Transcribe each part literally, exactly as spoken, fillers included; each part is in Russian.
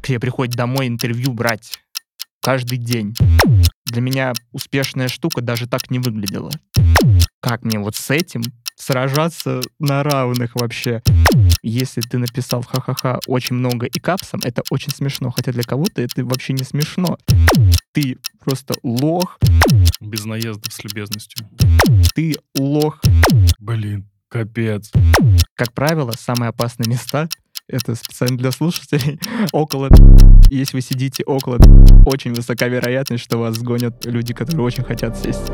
Тебе приходит домой интервью брать каждый день. Для меня успешная штука даже так не выглядела. Как мне вот с этим сражаться на равных вообще? Если ты написал в ха-ха-ха очень много и капсом, это очень смешно. Хотя для кого-то это вообще не смешно. Ты просто лох. Без наездов с любезностью. Ты лох. Блин, капец. Как правило, самые опасные места — это специально для слушателей около. Если вы сидите около, очень высока вероятность, что вас сгонят люди, которые очень хотят сесть.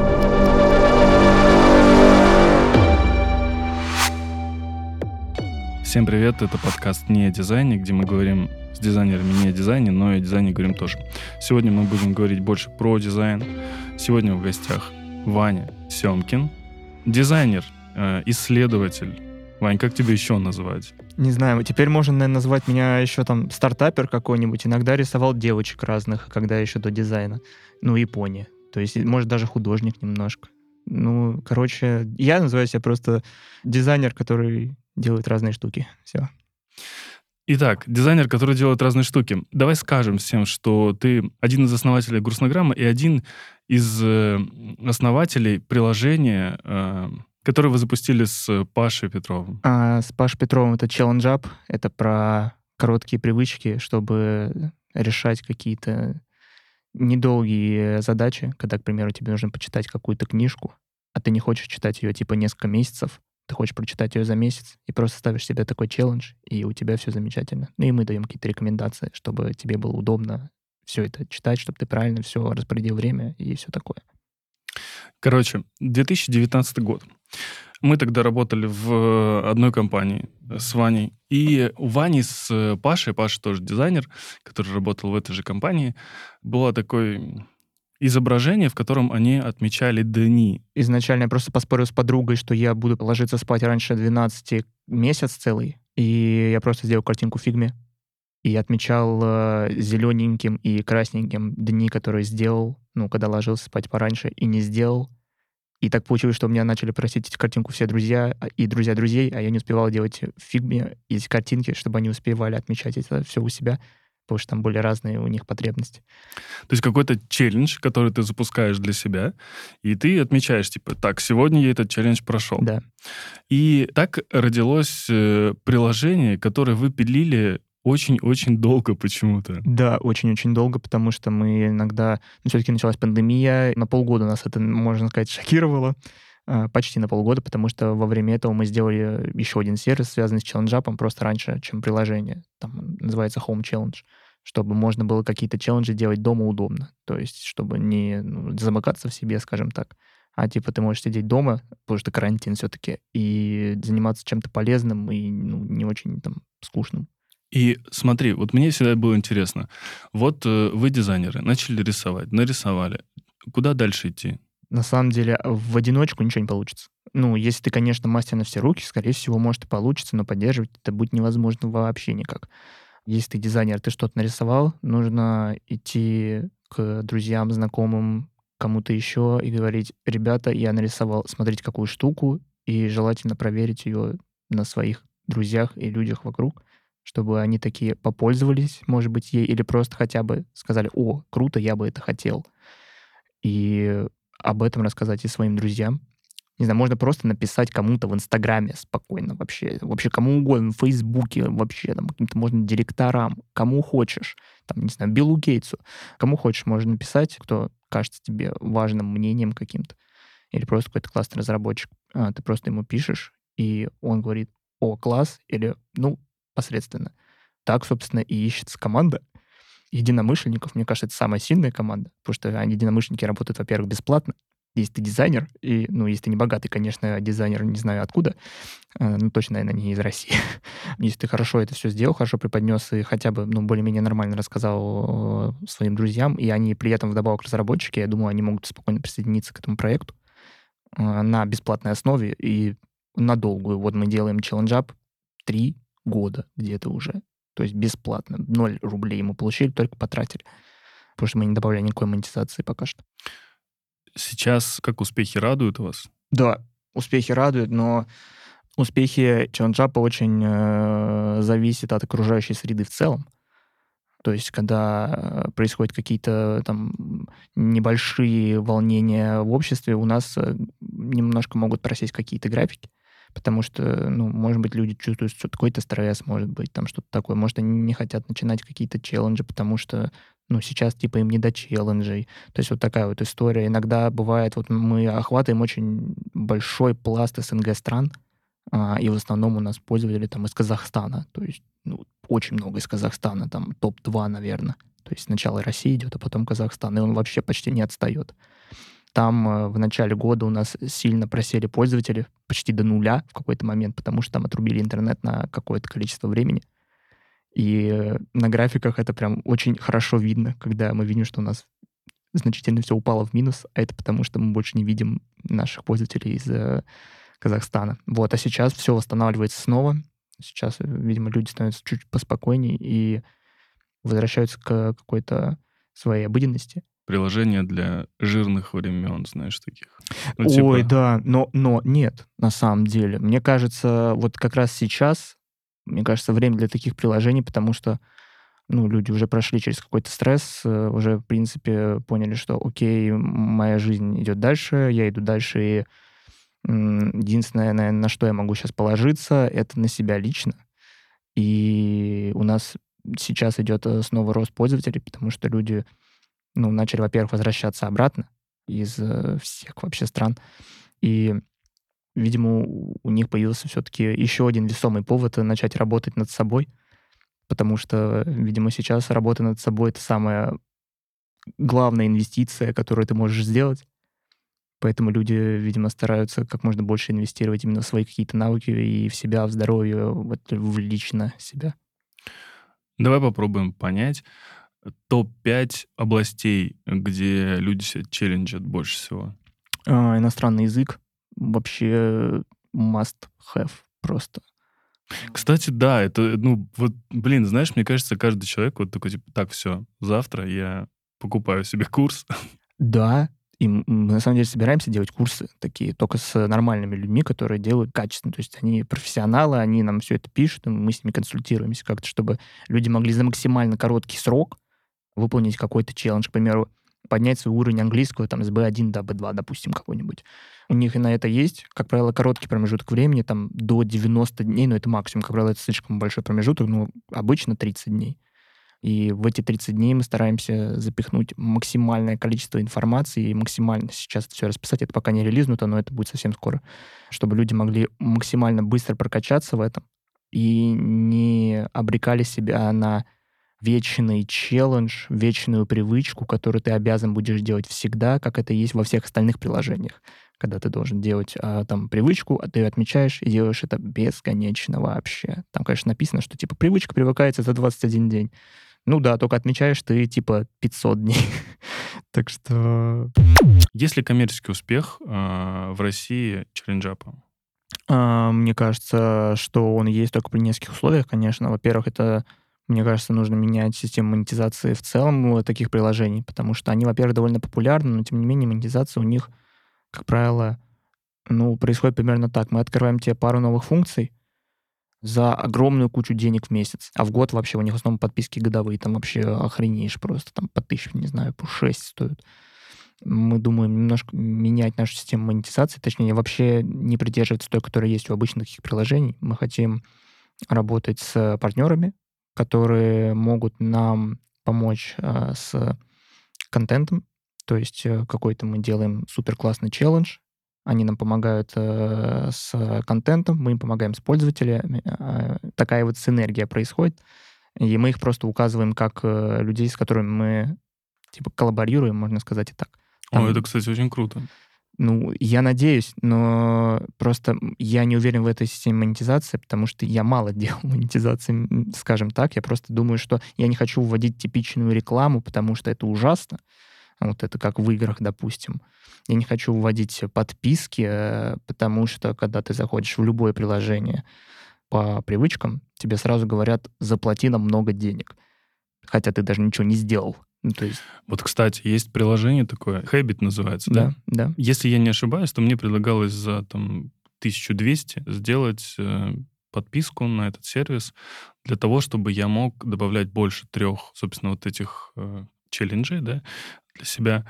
Всем привет, это подкаст «Не о дизайне», где мы говорим с дизайнерами не о дизайне, но и о дизайне говорим тоже. Сегодня мы будем говорить больше про дизайн. Сегодня в гостях Ваня Семкин, дизайнер, э, исследователь. Вань, как тебя еще называть? Не знаю, теперь можно, наверное, назвать меня еще там стартапер какой-нибудь. Иногда рисовал девочек разных, когда еще до дизайна. Ну, Япония. То есть, может, даже художник немножко. Ну, короче, я называю себя просто дизайнер, который делает разные штуки. Все. Итак, дизайнер, который делает разные штуки. Давай скажем всем, что ты один из основателей Грустнограммы и один из э, основателей приложения, э, которое вы запустили с Пашей Петровым. А с Пашей Петровым это Challenge Up. Это про короткие привычки, чтобы решать какие-то недолгие задачи, когда, к примеру, тебе нужно почитать какую-то книжку, а ты не хочешь читать ее типа несколько месяцев, ты хочешь прочитать ее за месяц, и просто ставишь себе такой челлендж, и у тебя все замечательно. Ну и мы даем какие-то рекомендации, чтобы тебе было удобно все это читать, чтобы ты правильно все распорядил время и все такое. Короче, две тысячи девятнадцатый год. Мы тогда работали в одной компании с Ваней. И у Вани с Пашей, Паша тоже дизайнер, который работал в этой же компании, было такое изображение, в котором они отмечали дни. Изначально я просто поспорил с подругой, что я буду ложиться спать раньше двенадцати месяц целый, и я просто сделал картинку в фигме и отмечал э, зелененьким и красненьким дни, которые сделал, ну, когда ложился спать пораньше и не сделал. И так получилось, что у меня начали просить эти картинку все друзья и друзья друзей, а я не успевал делать в фигме эти картинки, чтобы они успевали отмечать это все у себя, потому что там были разные у них потребности. То есть какой-то челлендж, который ты запускаешь для себя, и ты отмечаешь, типа, так, сегодня я этот челлендж прошел. Да. И так родилось э, приложение, которое вы пилили очень-очень долго почему-то. Да, очень-очень долго, потому что мы иногда... Ну, все-таки началась пандемия, на полгода нас это, можно сказать, шокировало. А, почти на полгода, потому что во время этого мы сделали еще один сервис, связанный с Challenge Up, просто раньше, чем приложение. Там называется Home Challenge, чтобы можно было какие-то челленджи делать дома удобно. То есть, чтобы не ну, замыкаться в себе, скажем так, а типа ты можешь сидеть дома, потому что карантин все-таки, и заниматься чем-то полезным и ну, не очень там скучным. И смотри, вот мне всегда было интересно. Вот э, вы дизайнеры, начали рисовать, нарисовали. Куда дальше идти? На самом деле, в одиночку ничего не получится. Ну, если ты, конечно, мастер на все руки, скорее всего, может и получится, но поддерживать это будет невозможно вообще никак. Если ты дизайнер, ты что-то нарисовал, нужно идти к друзьям, знакомым, кому-то еще и говорить: ребята, я нарисовал, смотрите, какую штуку, и желательно проверить ее на своих друзьях и людях вокруг, чтобы они такие попользовались, может быть, ей, или просто хотя бы сказали: о, круто, я бы это хотел. И об этом рассказать и своим друзьям. Не знаю, можно просто написать кому-то в Инстаграме спокойно вообще. Вообще кому угодно, в Фейсбуке вообще, там, каким-то можно директорам, кому хочешь. Там, не знаю, Биллу Гейтсу. Кому хочешь, можно написать, кто кажется тебе важным мнением каким-то. Или просто какой-то классный разработчик. А, ты просто ему пишешь, и он говорит: о, класс, или, ну, посредственно. Так, собственно, и ищется команда единомышленников. Мне кажется, это самая сильная команда, потому что они, единомышленники, работают, во-первых, бесплатно. Если ты дизайнер, и, ну, если ты не богатый, конечно, дизайнер, не знаю откуда, э, ну, точно, наверное, не из России. Если ты хорошо это все сделал, хорошо преподнес и хотя бы, ну, более-менее нормально рассказал э, своим друзьям, и они при этом вдобавок разработчики, я думаю, они могут спокойно присоединиться к этому проекту э, на бесплатной основе и на долгую. Вот мы делаем Challenge Up три года где-то уже. То есть бесплатно. Ноль рублей мы получили, только потратили. Потому что мы не добавляли никакой монетизации пока что. Сейчас как успехи радуют вас? Да, успехи радуют, но успехи Challenge Up очень э, зависят от окружающей среды в целом. То есть, когда э, происходят какие-то там небольшие волнения в обществе, у нас э, немножко могут просесть какие-то графики, потому что, ну, может быть, люди чувствуют что-то, какой-то стресс, может быть, там что-то такое. Может, они не хотят начинать какие-то челленджи, потому что, ну, сейчас, типа, им не до челленджей. То есть вот такая вот история. Иногда бывает, вот мы охватываем очень большой пласт СНГ стран, а, и в основном у нас пользователи там из Казахстана. То есть, ну, очень много из Казахстана, там топ два, наверное. То есть сначала Россия идет, а потом Казахстан, и он вообще почти не отстает. Там э, в начале года у нас сильно просели пользователи, почти до нуля в какой-то момент, потому что там отрубили интернет на какое-то количество времени. И э, на графиках это прям очень хорошо видно, когда мы видим, что у нас значительно все упало в минус, а это потому, что мы больше не видим наших пользователей из э, Казахстана. Вот, а сейчас все восстанавливается снова. Сейчас, э, видимо, люди становятся чуть поспокойнее и возвращаются к какой-то своей обыденности. Приложение для жирных времен, знаешь, таких. Ну, Ой, типа, да, но, но нет, на самом деле. Мне кажется, вот как раз сейчас, мне кажется, время для таких приложений, потому что, ну, люди уже прошли через какой-то стресс, э, уже, в принципе, поняли, что, окей, м, моя жизнь идет дальше, я иду дальше, и м, единственное, наверное, на что я могу сейчас положиться, это на себя лично. И у нас сейчас идет э, снова рост пользователей, потому что люди, ну, начали, во-первых, возвращаться обратно из э, всех вообще стран. И, видимо, у у них появился все-таки еще один весомый повод э, начать работать над собой, потому что, видимо, сейчас работа над собой — это самая главная инвестиция, которую ты можешь сделать. Поэтому люди, видимо, стараются как можно больше инвестировать именно в свои какие-то навыки и в себя, в здоровье, вот в лично себя. давай попробуем понять топ пять областей, где люди себя челленджат больше всего. А, иностранный язык вообще must have просто. Кстати, да, это, ну, вот, блин, знаешь, мне кажется, каждый человек вот такой, типа, так, все, завтра я покупаю себе курс. Да, и м мы на самом деле собираемся делать курсы такие, только с нормальными людьми, которые делают качественно. То есть они профессионалы, они нам все это пишут, и мы с ними консультируемся как-то, чтобы люди могли за максимально короткий срок выполнить какой-то челлендж, к примеру, поднять свой уровень английского там с би один до би два, допустим, какой-нибудь. У них и на это есть, как правило, короткий промежуток времени, там до девяноста дней, но это максимум, как правило, это слишком большой промежуток, ну, обычно тридцать дней. И в эти тридцать дней мы стараемся запихнуть максимальное количество информации и максимально сейчас это все расписать. Это пока не релизнуто, но это будет совсем скоро. Чтобы люди могли максимально быстро прокачаться в этом и не обрекали себя на вечный челлендж, вечную привычку, которую ты обязан будешь делать всегда, как это есть во всех остальных приложениях. Когда ты должен делать а, там привычку, а ты ее отмечаешь и делаешь это бесконечно вообще. Там, конечно, написано, что типа привычка привыкается за двадцать один день. Ну да, только отмечаешь ты типа пятьсот дней. Так что Есть ли коммерческий успех а, в России челленджапа? а, мне кажется, что он есть только при нескольких условиях, конечно. Во-первых, это, мне кажется, нужно менять систему монетизации в целом у таких приложений, потому что они, во-первых, довольно популярны, но тем не менее монетизация у них, как правило, ну, происходит примерно так. Мы открываем тебе пару новых функций за огромную кучу денег в месяц. А в год вообще у них в основном подписки годовые. Там вообще охренеешь просто. Там по тысяче, не знаю, по шесть стоят. Мы думаем немножко менять нашу систему монетизации, точнее, вообще не придерживаться той, которая есть у обычных таких приложений. Мы хотим работать с партнерами, которые могут нам помочь э, с контентом. То есть э, какой-то мы делаем супер классный челлендж, они нам помогают э, с контентом, мы им помогаем с пользователями. Э, такая вот синергия происходит. И мы их просто указываем как э, людей, с которыми мы типа коллаборируем, можно сказать и так. О, это, Там, кстати, очень круто. ну, я надеюсь, но просто я не уверен в этой системе монетизации, потому что я мало делал монетизации, м, скажем так. Я просто думаю, что я не хочу вводить типичную рекламу, потому что это ужасно. Вот это как в играх, допустим. Я не хочу вводить подписки, э, потому что когда ты заходишь в любое приложение по привычкам, тебе сразу говорят: заплати нам много денег, хотя ты даже ничего не сделал. Ну, то есть, Вот, кстати, есть приложение такое, Habit называется, да? да, да. Если я не ошибаюсь, то мне предлагалось за там тысячу двести сделать э, подписку на этот сервис для того, чтобы я мог добавлять больше трех, собственно, вот этих э, челленджей, да, для себя.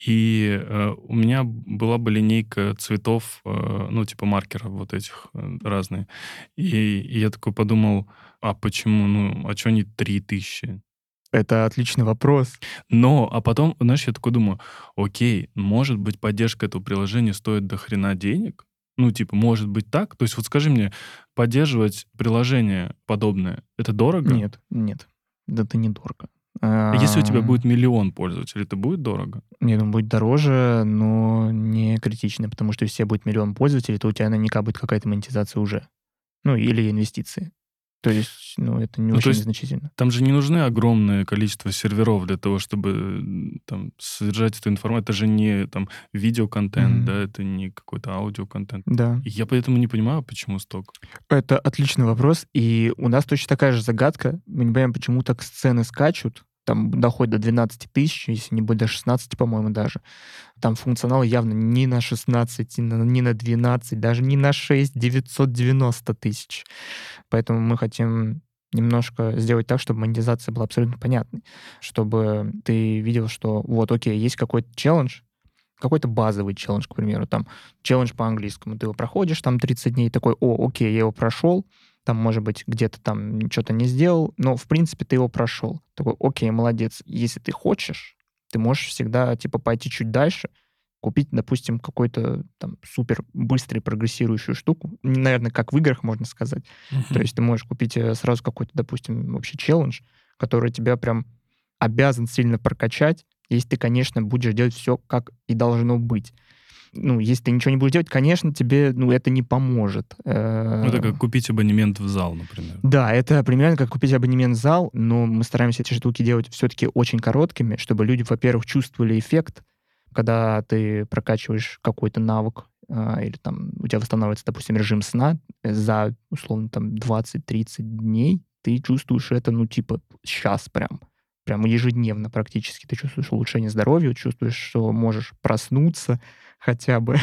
И э, у меня была бы линейка цветов, э, ну, типа маркеров вот этих э, разные. И, и я такой подумал, а почему, ну, а что не три тысячи? Это отличный вопрос. Но, а потом, знаешь, я такой думаю, окей, может быть, поддержка этого приложения стоит до хрена денег? Ну, типа, может быть так? То есть вот скажи мне, поддерживать приложение подобное, это дорого? Нет, нет, да это недорого. А если у тебя Ам, будет миллион пользователей, это будет дорого? я думаю, будет дороже, но не критично, потому что если у тебя будет миллион пользователей, то у тебя наверняка будет какая-то монетизация уже. Ну, или инвестиции. То есть, ну, это не Ну, то очень есть незначительно. там же не нужны огромное количество серверов для того, чтобы м, там содержать эту информацию. Это же не там видеоконтент, да, Мгм. это не какой-то аудиоконтент. Да. И я поэтому не понимаю, почему столько. Это отличный вопрос. И у нас точно такая же загадка. Мы не понимаем, почему так сцены скачут. Там доходит до двенадцати тысяч, если не будет до шестнадцати, по-моему, даже. Там функционал явно не на шестнадцать, не на, не на двенадцать, даже не на шесть девятьсот девяносто тысяч. Поэтому мы хотим немножко сделать так, чтобы монетизация была абсолютно понятной. Чтобы ты видел, что вот, окей, есть какой-то челлендж, какой-то базовый челлендж, к примеру, там, челлендж по английскому. Ты его проходишь, там, тридцать дней, такой, о, окей, я его прошел, там, может быть, где-то там что-то не сделал, но, в принципе, ты его прошел. Такой, окей, молодец. Если ты хочешь, ты можешь всегда, типа, пойти чуть дальше, купить, допустим, какой-то там супер быстрый прогрессирующую штуку. Наверное, как в играх, можно сказать. То Мгм. есть ты можешь купить э, сразу какой-то, допустим, вообще челлендж, который тебя прям обязан сильно прокачать, если ты, конечно, будешь делать все, как и должно быть. Ну, если ты ничего не будешь делать, конечно, тебе, ну, это не поможет. Ну, это Э, как купить абонемент в зал, например. Да, это примерно как купить абонемент в зал, но мы стараемся эти штуки делать все-таки очень короткими, чтобы люди, во-первых, чувствовали эффект, когда ты прокачиваешь какой-то навык, а, или там у тебя восстанавливается, допустим, режим сна э, за, условно, там двадцать тридцать дней, ты чувствуешь это, ну, типа, сейчас прям. Прям ежедневно практически. Ты чувствуешь улучшение здоровья, чувствуешь, что можешь проснуться хотя бы,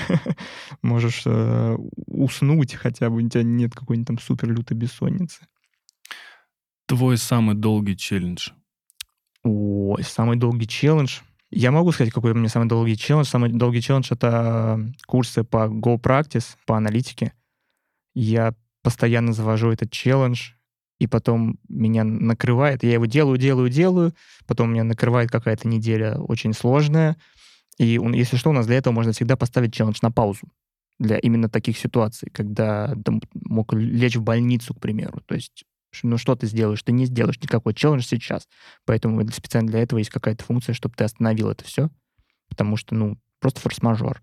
можешь э, уснуть хотя бы, у тебя нет какой-нибудь там супер лютой бессонницы. Твой самый долгий челлендж. Ой, самый долгий челлендж. Я могу сказать, какой у меня самый долгий челлендж. Самый долгий челлендж — это курсы по Go Practice, по аналитике. Я постоянно завожу этот челлендж, и потом меня накрывает. Я его делаю, делаю, делаю. Потом меня накрывает какая-то неделя очень сложная. И он- если что, у нас для этого можно всегда поставить челлендж на паузу. Для именно таких ситуаций, когда ты м- мог лечь в больницу, к примеру. То есть, ш- ну что ты сделаешь? Ты не сделаешь никакой челлендж сейчас. Поэтому это специально для этого есть какая-то функция, чтобы ты остановил это все. Потому что, ну, просто форс-мажор.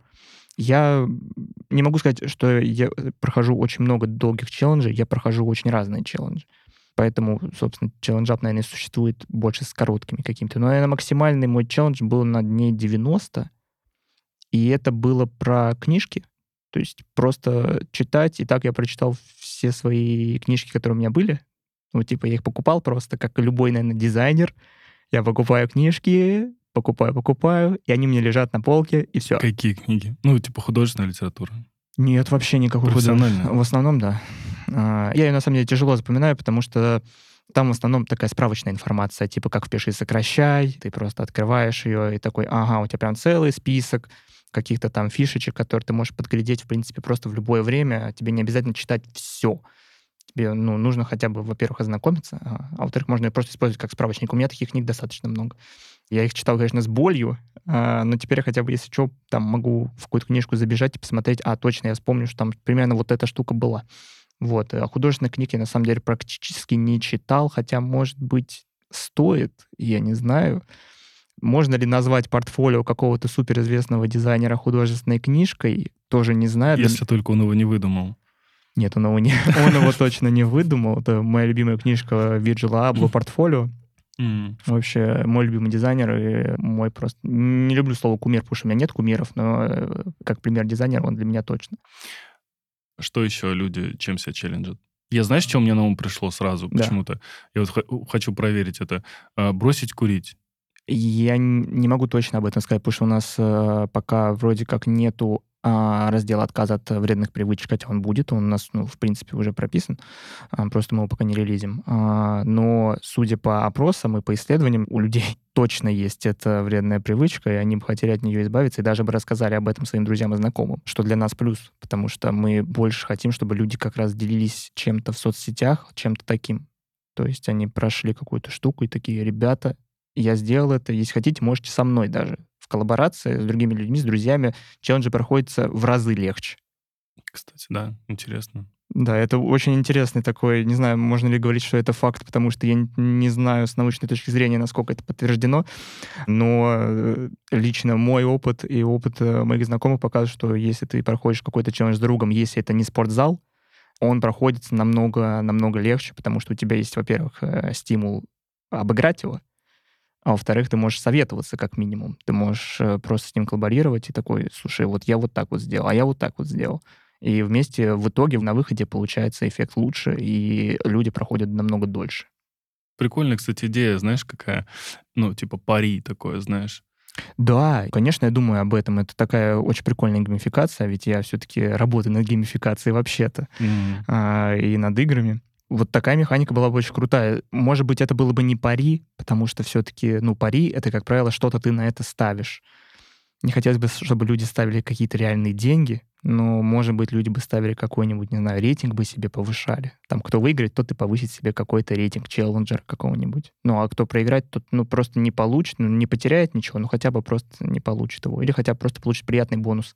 Я не могу сказать, что я э, прохожу очень много долгих челленджей, я прохожу очень разные челленджи. Поэтому, собственно, челленджап, наверное, существует больше с короткими какими-то. Но, наверное, максимальный мой челлендж был на дней девяносто, и это было про книжки. То есть просто читать. И так я прочитал все свои книжки, которые у меня были. Ну, типа, я их покупал просто, как и любой, наверное, дизайнер. Я покупаю книжки, покупаю, покупаю, и они мне лежат на полке, и все. Какие книги? Ну, типа художественная литература. Нет, вообще никакой художественной. Профессиональная. В основном, да. А, Я ее, на самом деле, тяжело запоминаю, потому что там в основном такая справочная информация, типа как впиши и сокращай. Ты просто открываешь ее и такой, ага, у тебя прям целый список каких-то там фишечек, которые ты можешь подглядеть, в принципе, просто в любое время. Тебе не обязательно читать все. Тебе, ну, нужно хотя бы, во-первых, ознакомиться, а а во-вторых, можно ее просто использовать как справочник. У меня таких книг достаточно много. Я их читал, конечно, с болью, а, но теперь я хотя бы, если что, там могу в какую-то книжку забежать и посмотреть, а, точно, я вспомню, что там примерно вот эта штука была. Вот. А художественные книги я, на самом деле, практически не читал, хотя, может быть, стоит, я не знаю. Можно ли назвать портфолио какого-то суперизвестного дизайнера художественной книжкой? Тоже не знаю. Для... Если только он его не выдумал. Нет, он его, не... он его точно не выдумал. Это моя любимая книжка Вирджила Абло «Портфолио». М. Вообще, мой любимый дизайнер и мой просто... Не люблю слово кумир, потому что у меня нет кумиров, но э, как пример дизайнера он для меня точно. Что еще люди чем себя челленджат? Я знаешь, что мне на ум пришло сразу Да. почему-то? Я вот х- хочу проверить это. А, бросить курить. Я н- не могу точно об этом сказать, потому что у нас э, пока вроде как нету а, раздел отказа от вредных привычек, хотя он будет, он у нас, ну, в принципе, уже прописан, а, просто мы его пока не релизим. А, но, судя по опросам и по исследованиям, у людей точно есть эта вредная привычка, и они бы хотели от нее избавиться, и даже бы рассказали об этом своим друзьям и знакомым, что для нас плюс, потому что мы больше хотим, чтобы люди как раз делились чем-то в соцсетях, чем-то таким. То есть они прошли какую-то штуку и такие: ребята, я сделал это, если хотите, можете со мной даже. В коллаборации с другими людьми, с друзьями челленджи проходятся в разы легче. Кстати, да, интересно. Да, это очень интересный такой, не знаю, можно ли говорить, что это факт, потому что я н- не знаю с научной точки зрения, насколько это подтверждено, но э, лично мой опыт и опыт э, моих знакомых показывает, что если ты проходишь какой-то челлендж с другом, если это не спортзал, он проходит намного, намного легче, потому что у тебя есть, во-первых, э, стимул обыграть его, а во-вторых, ты можешь советоваться как минимум. Ты можешь э, просто с ним коллаборировать и такой: слушай, вот я вот так вот сделал, а я вот так вот сделал. И вместе в итоге на выходе получается эффект лучше, и люди проходят намного дольше. Прикольная, кстати, идея, знаешь, какая? Ну, типа пари такое, знаешь. Да, конечно, я думаю об этом. Это такая очень прикольная геймификация, ведь я все-таки работаю над геймификацией вообще-то, М. а, и над играми. Вот такая механика была бы очень крутая. Может быть, это было бы не пари, потому что все-таки, ну, пари — это, как правило, что-то ты на это ставишь. Не хотелось бы, чтобы люди ставили какие-то реальные деньги, но, может быть, люди бы ставили какой-нибудь, не знаю, рейтинг бы себе повышали. Там, кто выиграет, тот и повысит себе какой-то рейтинг челленджера какого-нибудь. Ну, а кто проиграет, тот, ну, просто не получит, ну, не потеряет ничего, но хотя бы просто не получит его. Или хотя бы просто получит приятный бонус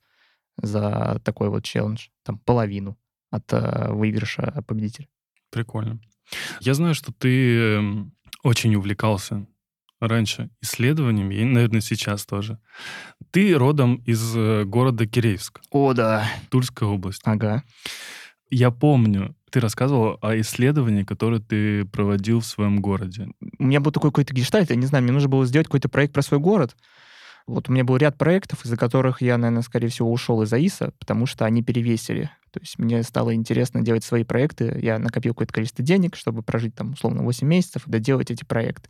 за такой вот челлендж. Там, половину от э, выигрыша победителя. Прикольно. Я знаю, что ты эм, очень увлекался раньше исследованиями, и, наверное, сейчас тоже. Ты родом из э, города Киреевск, О, да. Тульская область. Ага. Я помню, ты рассказывал о исследовании, которое ты проводил в своем городе. У меня был такой какой-то гештальт, я не знаю, мне нужно было сделать какой-то проект про свой город. Вот у меня был ряд проектов, из-за которых я, наверное, скорее всего, ушел из АИСа, потому что они перевесили. То есть мне стало интересно делать свои проекты. Я накопил какое-то количество денег, чтобы прожить там, условно, восемь месяцев и доделать эти проекты.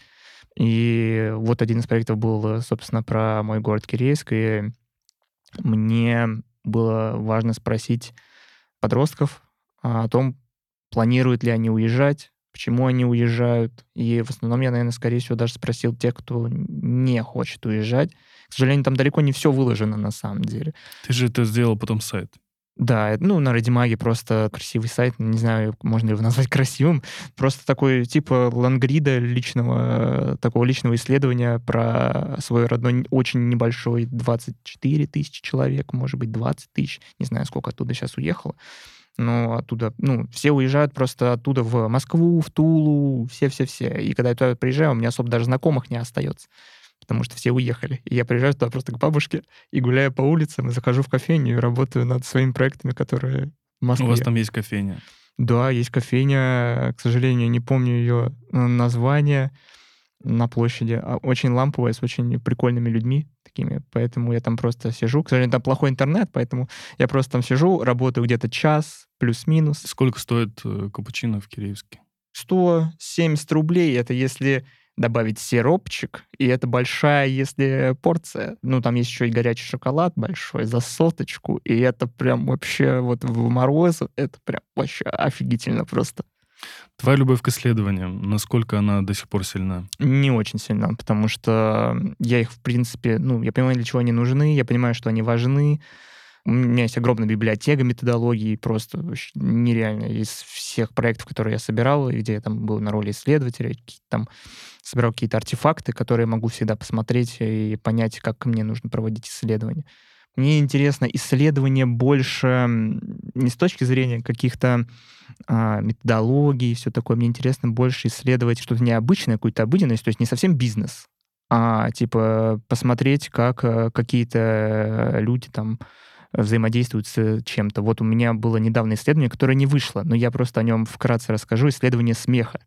И вот один из проектов был, э, собственно, про мой город Кирейск, и мне было важно спросить подростков а, о том, планируют ли они уезжать, почему они уезжают. И в основном я, наверное, скорее всего, даже спросил тех, кто не хочет уезжать. К сожалению, там далеко не все выложено на самом деле. Ты же это сделал потом сайт. Да, это, ну, на Радимаге просто красивый сайт, не знаю, можно ли его назвать красивым, просто такой типа лангрида личного, такого личного исследования про свой родной, н- очень небольшой, двадцать четыре тысячи человек, может быть, двадцать тысяч, не знаю, сколько оттуда сейчас уехало, но оттуда, ну, все уезжают просто оттуда в Москву, в Тулу, все-все-все. И когда я туда приезжаю, у меня особо даже знакомых не остается, потому что все уехали. И я приезжаю туда просто к бабушке и гуляю по улицам, и захожу в кофейню и работаю над своими проектами, которые в У вас Москве. там есть кофейня. Да, есть кофейня, к сожалению, не помню ее название, на площади. А очень ламповая, с очень прикольными людьми такими, поэтому я там просто сижу. К сожалению, там плохой интернет, поэтому я просто там сижу, работаю где-то час, плюс-минус. Сколько стоит э, капучино в Киреевске? сто семьдесят рублей, это если добавить сиропчик, и это большая, если порция. Ну, там есть еще и горячий шоколад большой за соточку, и это прям вообще вот в мороз, это прям вообще офигительно просто. Твоя любовь к исследованиям, насколько она до сих пор сильна? Не очень сильно, потому что я их, в принципе, ну, я понимаю, для чего они нужны, я понимаю, что они важны. У меня есть огромная библиотека методологий, просто вообще нереально. Из всех проектов, которые я собирал, и где я там был на роли исследователя, какие-то там собирал какие-то артефакты, которые могу всегда посмотреть и понять, как мне нужно проводить исследования. Мне интересно исследование больше м, не с точки зрения каких-то а, методологий и все такое. Мне интересно больше исследовать что-то необычное, какую-то обыденность, то есть не совсем бизнес, а типа посмотреть, как э, какие-то э, люди там взаимодействуют с чем-то. Вот у меня было недавно исследование, которое не вышло, но я просто о нем вкратце расскажу. Исследование смеха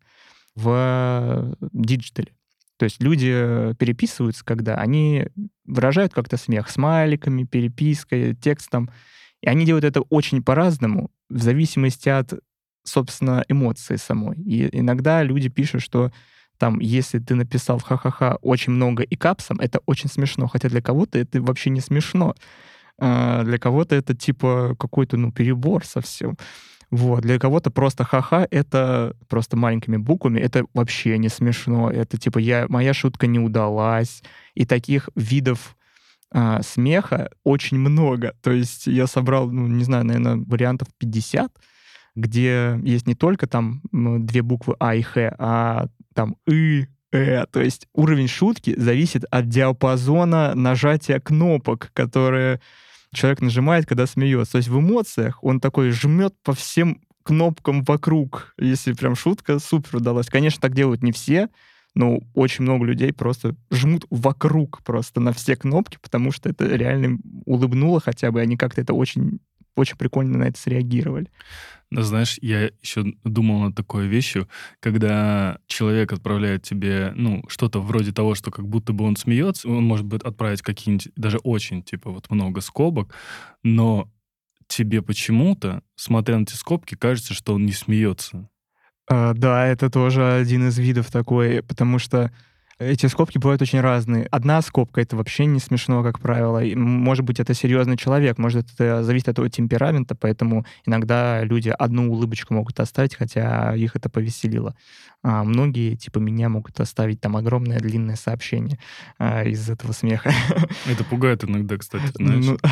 в диджитале. То есть люди э, переписываются, когда они выражают как-то смех смайликами, перепиской, текстом. И они делают это очень по-разному, в зависимости от, собственно, эмоции самой. И иногда люди пишут, что там, если ты написал в ха-ха-ха очень много и капсом, это очень смешно, хотя для кого-то это вообще не смешно. А для кого-то это типа какой-то, ну, перебор совсем. Вот. Для кого-то просто ха-ха — это просто маленькими буквами. Это вообще не смешно. Это типа я, моя шутка не удалась. И таких видов а, смеха очень много. То есть я собрал, ну, не знаю, наверное, вариантов пятьдесят, где есть не только там м, две буквы А и Х, а там И, Э. То есть уровень шутки зависит от диапазона нажатия кнопок, которые человек нажимает, когда смеется. То есть в эмоциях он такой жмет по всем кнопкам вокруг, если прям шутка супер удалась. Конечно, так делают не все, но очень много людей просто жмут вокруг просто на все кнопки, потому что это реально им улыбнуло хотя бы, они как-то это очень, очень прикольно на это среагировали. Да, знаешь, я еще думал над такой вещью, когда человек отправляет тебе, ну, что-то вроде того, что как будто бы он смеется, он может быть отправить какие-нибудь, даже очень, типа, вот много скобок, но тебе почему-то, смотря на эти скобки, кажется, что он не смеется. А, да, это тоже один из видов такой, потому что эти скобки бывают очень разные. Одна скобка — это вообще не смешно, как правило. И, м, может быть, это серьезный человек, может, это зависит от его темперамента, поэтому иногда люди одну улыбочку могут оставить, хотя их это повеселило. А многие, типа меня, могут оставить там огромное длинное сообщение а, из этого смеха. Это пугает иногда, кстати, знаешь. Ну,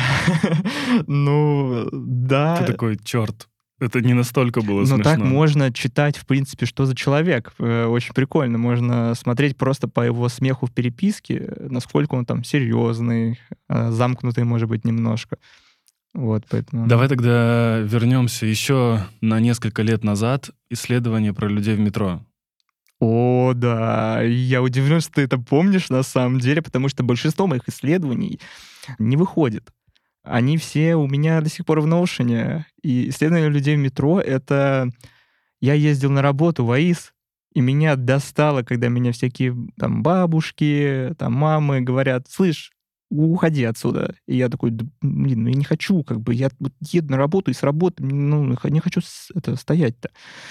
ну, Ты да. такой, черт, это не настолько было Но так смешно. можно читать, в принципе, что за человек. Э, Очень прикольно. Можно смотреть просто по его смеху в переписке, э, насколько он там серьезный, э, замкнутый, может быть, немножко. Вот, Давай поэтому... тогда вернемся еще на несколько лет назад. Исследование про людей в метро. О, да, я удивлен, что ты это помнишь на самом деле, потому что большинство моих исследований не выходит. Они все у меня до сих пор в ноушене. И исследование людей в метро — это... Я ездил на работу в АИС, и меня достало, когда меня всякие там бабушки, там мамы говорят: «Слышь, уходи отсюда». И я такой: «Да, блин, ну я не хочу, как бы, я вот еду на работу и с работы, ну, не хочу с- это, стоять-то».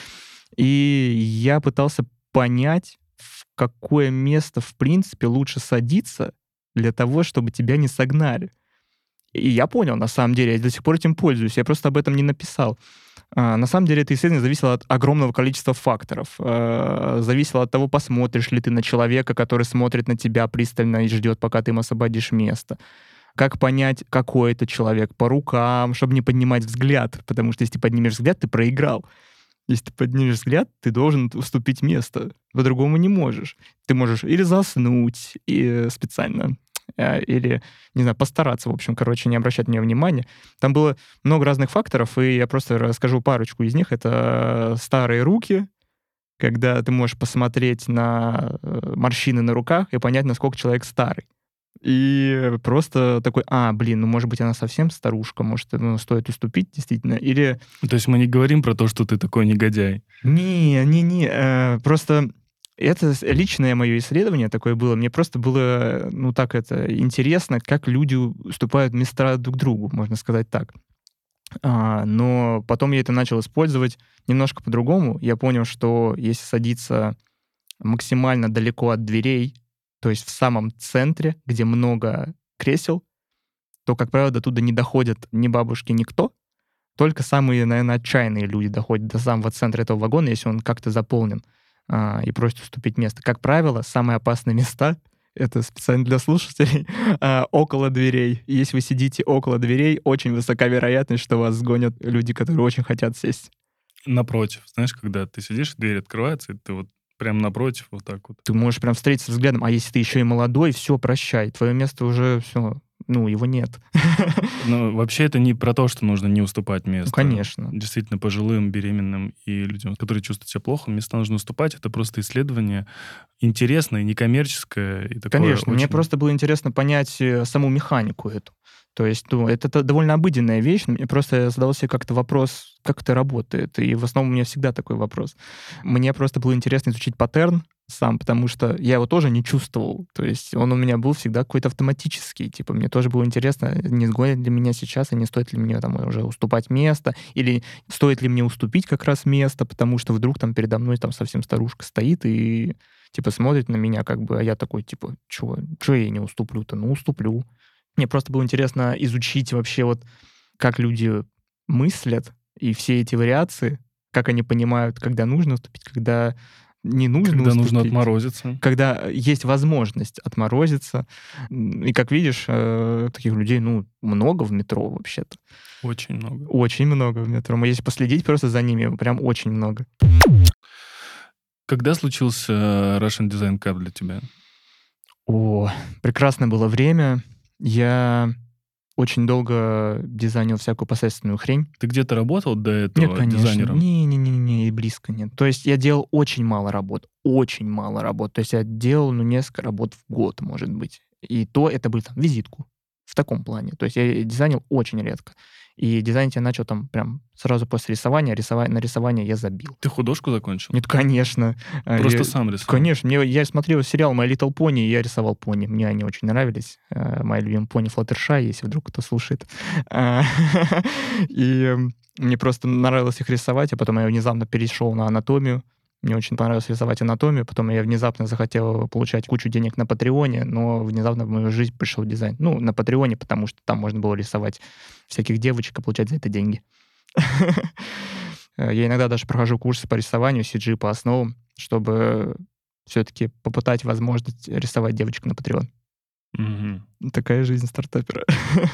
И я пытался понять, в какое место, в принципе, лучше садиться для того, чтобы тебя не согнали. И я понял, на самом деле, я до сих пор этим пользуюсь, я просто об этом не написал. А, на самом деле это исследование зависело от огромного количества факторов. Э, Зависело от того, посмотришь ли ты на человека, который смотрит на тебя пристально и ждет, пока ты ему освободишь место. Как понять, какой это человек? По рукам, чтобы не поднимать взгляд. Потому что если ты поднимешь взгляд, ты проиграл. Если ты поднимешь взгляд, ты должен уступить место. По-другому не можешь. Ты можешь или заснуть и специально, э, или, не знаю, постараться, в общем, короче, не обращать на нее внимания. Там было много разных факторов, и я просто расскажу парочку из них. Это старые руки, когда ты можешь посмотреть на э, морщины на руках и понять, насколько человек старый. И просто такой: а, блин, ну, может быть, она совсем старушка, может, ну, стоит уступить действительно. Или То есть мы не говорим про то, что ты такой негодяй. не, не, не, э, просто это с- личное мое исследование такое было. Мне просто было, ну так это интересно, как люди уступают места друг другу, можно сказать так. А, но потом я это начал использовать немножко по-другому. Я понял, что если садиться максимально далеко от дверей, то есть в самом центре, где много кресел, то, как правило, до туда не доходят ни бабушки, никто. Только самые, наверное, отчаянные люди доходят до самого центра этого вагона, если он как-то заполнен, а, и просят уступить место. Как правило, самые опасные места — это специально для слушателей, а, около дверей. И если вы сидите около дверей, очень высока вероятность, что вас сгонят люди, которые очень хотят сесть. Напротив, знаешь, когда ты сидишь, дверь открывается, и ты вот прям напротив вот так вот. Ты можешь прям встретиться взглядом, а если ты еще и молодой, все, прощай, твое место уже все, ну, его нет. Но вообще это не про то, что нужно не уступать Ну, место. конечно. Действительно, пожилым, беременным и людям, которые чувствуют себя плохо, места нужно уступать. Это просто исследование интересное, некоммерческое и такое Конечно, мне очень... просто было интересно понять э, саму механику эту. То есть, ну, это т- довольно обыденная вещь, но мне просто я задал себе как-то вопрос, как это работает, и в основном у меня всегда такой вопрос. Мне просто было интересно изучить паттерн сам, потому что я его тоже не чувствовал. То есть он у меня был всегда какой-то автоматический. Типа мне тоже было интересно, не сгонят ли меня сейчас, и не стоит ли мне там уже уступать место, или стоит ли мне уступить как раз место, потому что вдруг там передо мной там совсем старушка стоит и типа смотрит на меня как бы, а я такой, типа, чего, чего я ей не уступлю-то? Ну, уступлю. Мне просто было интересно изучить вообще вот, как люди мыслят, и все эти вариации, как они понимают, когда нужно уступить, когда не нужно Когда нужно уступить, отморозиться. когда есть возможность отморозиться. М, и как видишь, э, таких людей, ну, много в метро вообще-то. Очень много. Очень много в метро. Мы если последить просто за ними, прям очень много. Когда случился Russian Design Cup для тебя? О, прекрасное было время. Я очень долго дизайнил всякую посредственную хрень. Ты где-то работал до Нет, этого конечно. дизайнером? Не не не не, и близко нет. То есть я делал очень мало работ, очень мало работ. То есть я делал, ну, несколько работ в год, может быть. И то это были там визитку. В таком плане. То есть я дизайнил очень редко. И дизайнить я начал там прям сразу после рисования. Рисова на рисование я забил. Ты художку закончил? Нет, конечно. А, Просто я сам рисовал? конечно. Мне я смотрел сериал My Little Pony, и я рисовал пони. Мне они очень нравились. А, моя любимая пони Флаттершай, если вдруг кто слушает. А, и мне просто нравилось их рисовать, а потом я внезапно перешел на анатомию. Мне очень понравилось рисовать анатомию. Потом я внезапно захотел получать кучу денег на "Патреоне", но внезапно в мою жизнь пришел дизайн. Ну, на "Патреоне", потому что там можно было рисовать всяких девочек и получать за это деньги. Э, я иногда даже прохожу курсы по рисованию, си джи по основам, чтобы все-таки попытать возможность рисовать девочек на "Патреон". Мгм. Такая жизнь стартапера.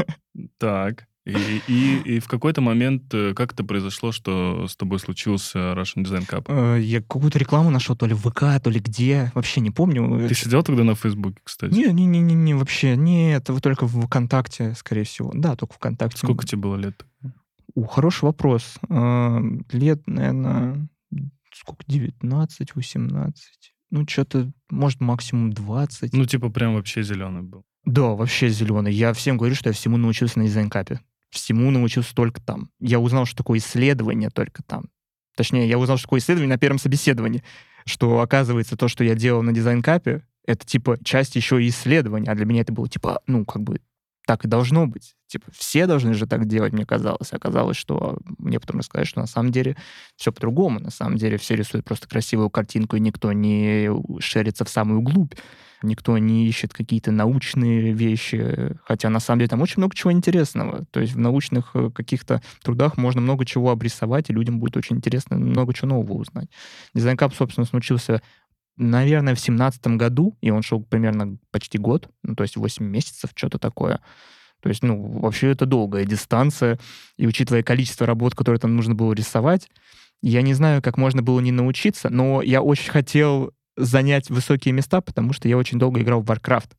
Так. И и и в какой-то момент, э, как это произошло, что с тобой случился Russian Design Cup? Э, я какую-то рекламу нашел то ли в ВК, то ли где, вообще не помню. Ты сидел тогда на "Фейсбуке", кстати? Не не не не не, вообще нет, вот только в "ВКонтакте", скорее всего. Да, только "ВКонтакте". Сколько тебе было лет тогда? У, хороший вопрос. А, лет, наверно, сколько, девятнадцать восемнадцать. Ну, чё-то, может, максимум двадцать. Ну, типа, прям вообще зеленый был. Да, вообще зеленый. Я всем говорю, что я всему научился на дизайн-капе. Всему научился только там. Я узнал, что такое исследование только там. Точнее, я узнал, что такое исследование на первом собеседовании. Что, оказывается, то, что я делал на дизайн-капе, это, типа, часть еще и исследования. А для меня это было, типа, ну, как бы, так и должно быть. Типа, все должны же так делать, мне казалось. Оказалось, что мне потом рассказали, что на самом деле все по-другому. На самом деле все рисуют просто красивую картинку, и никто не шарится в самую глубь. Никто не ищет какие-то научные вещи, хотя на самом деле там очень много чего интересного. То есть в научных э, каких-то трудах можно много чего обрисовать, и людям будет очень интересно много чего нового узнать. Дизайн Кап, собственно, случился, наверное, в семнадцатом году, и он шел примерно почти год, ну, то есть восемь месяцев, что-то такое. То есть, ну, вообще это долгая дистанция, и учитывая количество работ, которые там нужно было рисовать, я не знаю, как можно было не научиться, но я очень хотел занять высокие места, потому что я очень долго играл в Warcraft.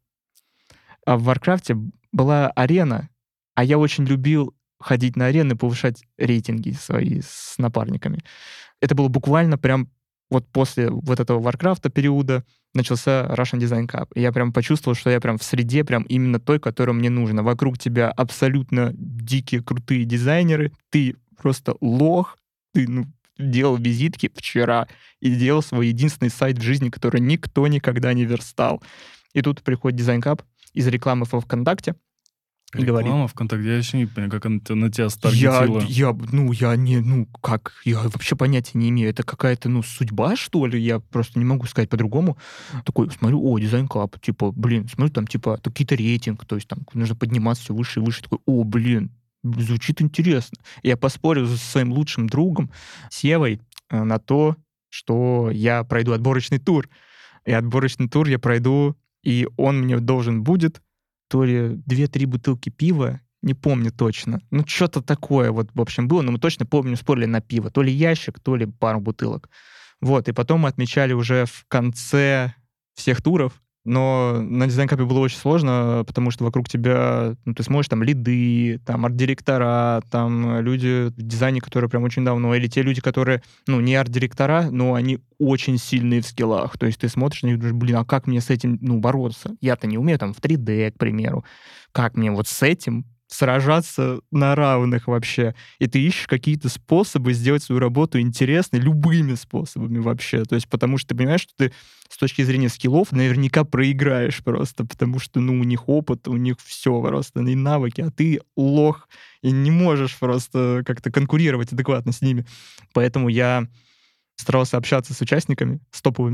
А в Warcraft'е была арена, а я очень любил ходить на арены, повышать рейтинги свои с напарниками. Это было буквально прям вот после вот этого Warcraft'а периода начался Russian Design Cup. И я прям почувствовал, что я прям в среде прям именно той, которая мне нужна. Вокруг тебя абсолютно дикие, крутые дизайнеры. Ты просто лох. Ты, ну, делал визитки вчера и делал свой единственный сайт в жизни, который никто никогда не верстал. И тут приходит Design Cup из рекламы во ВКонтакте и говорит: Реклама ВКонтакте? Я вообще не понимаю, как она на тебя я, старгетила. я, ну, я не, ну, как, я вообще понятия не имею. Это какая-то, ну, судьба, что ли? Я просто не могу сказать по-другому. Такой, смотрю, о, Design Cup, типа, блин, смотрю, там, типа, какие-то рейтинг, то есть там нужно подниматься все выше и выше. Такой, о, блин, звучит интересно. Я поспорил со своим лучшим другом Севой э, на то, что я пройду отборочный тур. И отборочный тур я пройду, и он мне должен будет то ли две-три бутылки пива, не помню точно. Ну, что-то такое вот, в общем, было, но мы точно, помню, спорили на пиво. То ли ящик, то ли пару бутылок. Вот, и потом мы отмечали уже в конце всех туров. Но на дизайн-капе было очень сложно, потому что вокруг тебя, ну, ты смотришь, там, лиды, там, арт-директора, там, люди в дизайне, которые прям очень давно, или те люди, которые, ну, не арт-директора, но они очень сильные в скиллах. То есть ты смотришь на них и думаешь, блин, а как мне с этим, ну, бороться? Я-то не умею, там, в три дэ, к примеру. Как мне вот с этим сражаться на равных вообще? И ты ищешь какие-то способы сделать свою работу интересной, любыми способами вообще. То есть потому что ты понимаешь, что ты с точки зрения скиллов наверняка проиграешь просто, потому что, ну, у них опыт, у них все просто, и навыки, а ты лох, и не можешь просто как-то конкурировать адекватно с ними. Поэтому я старался общаться с участниками, с топовыми,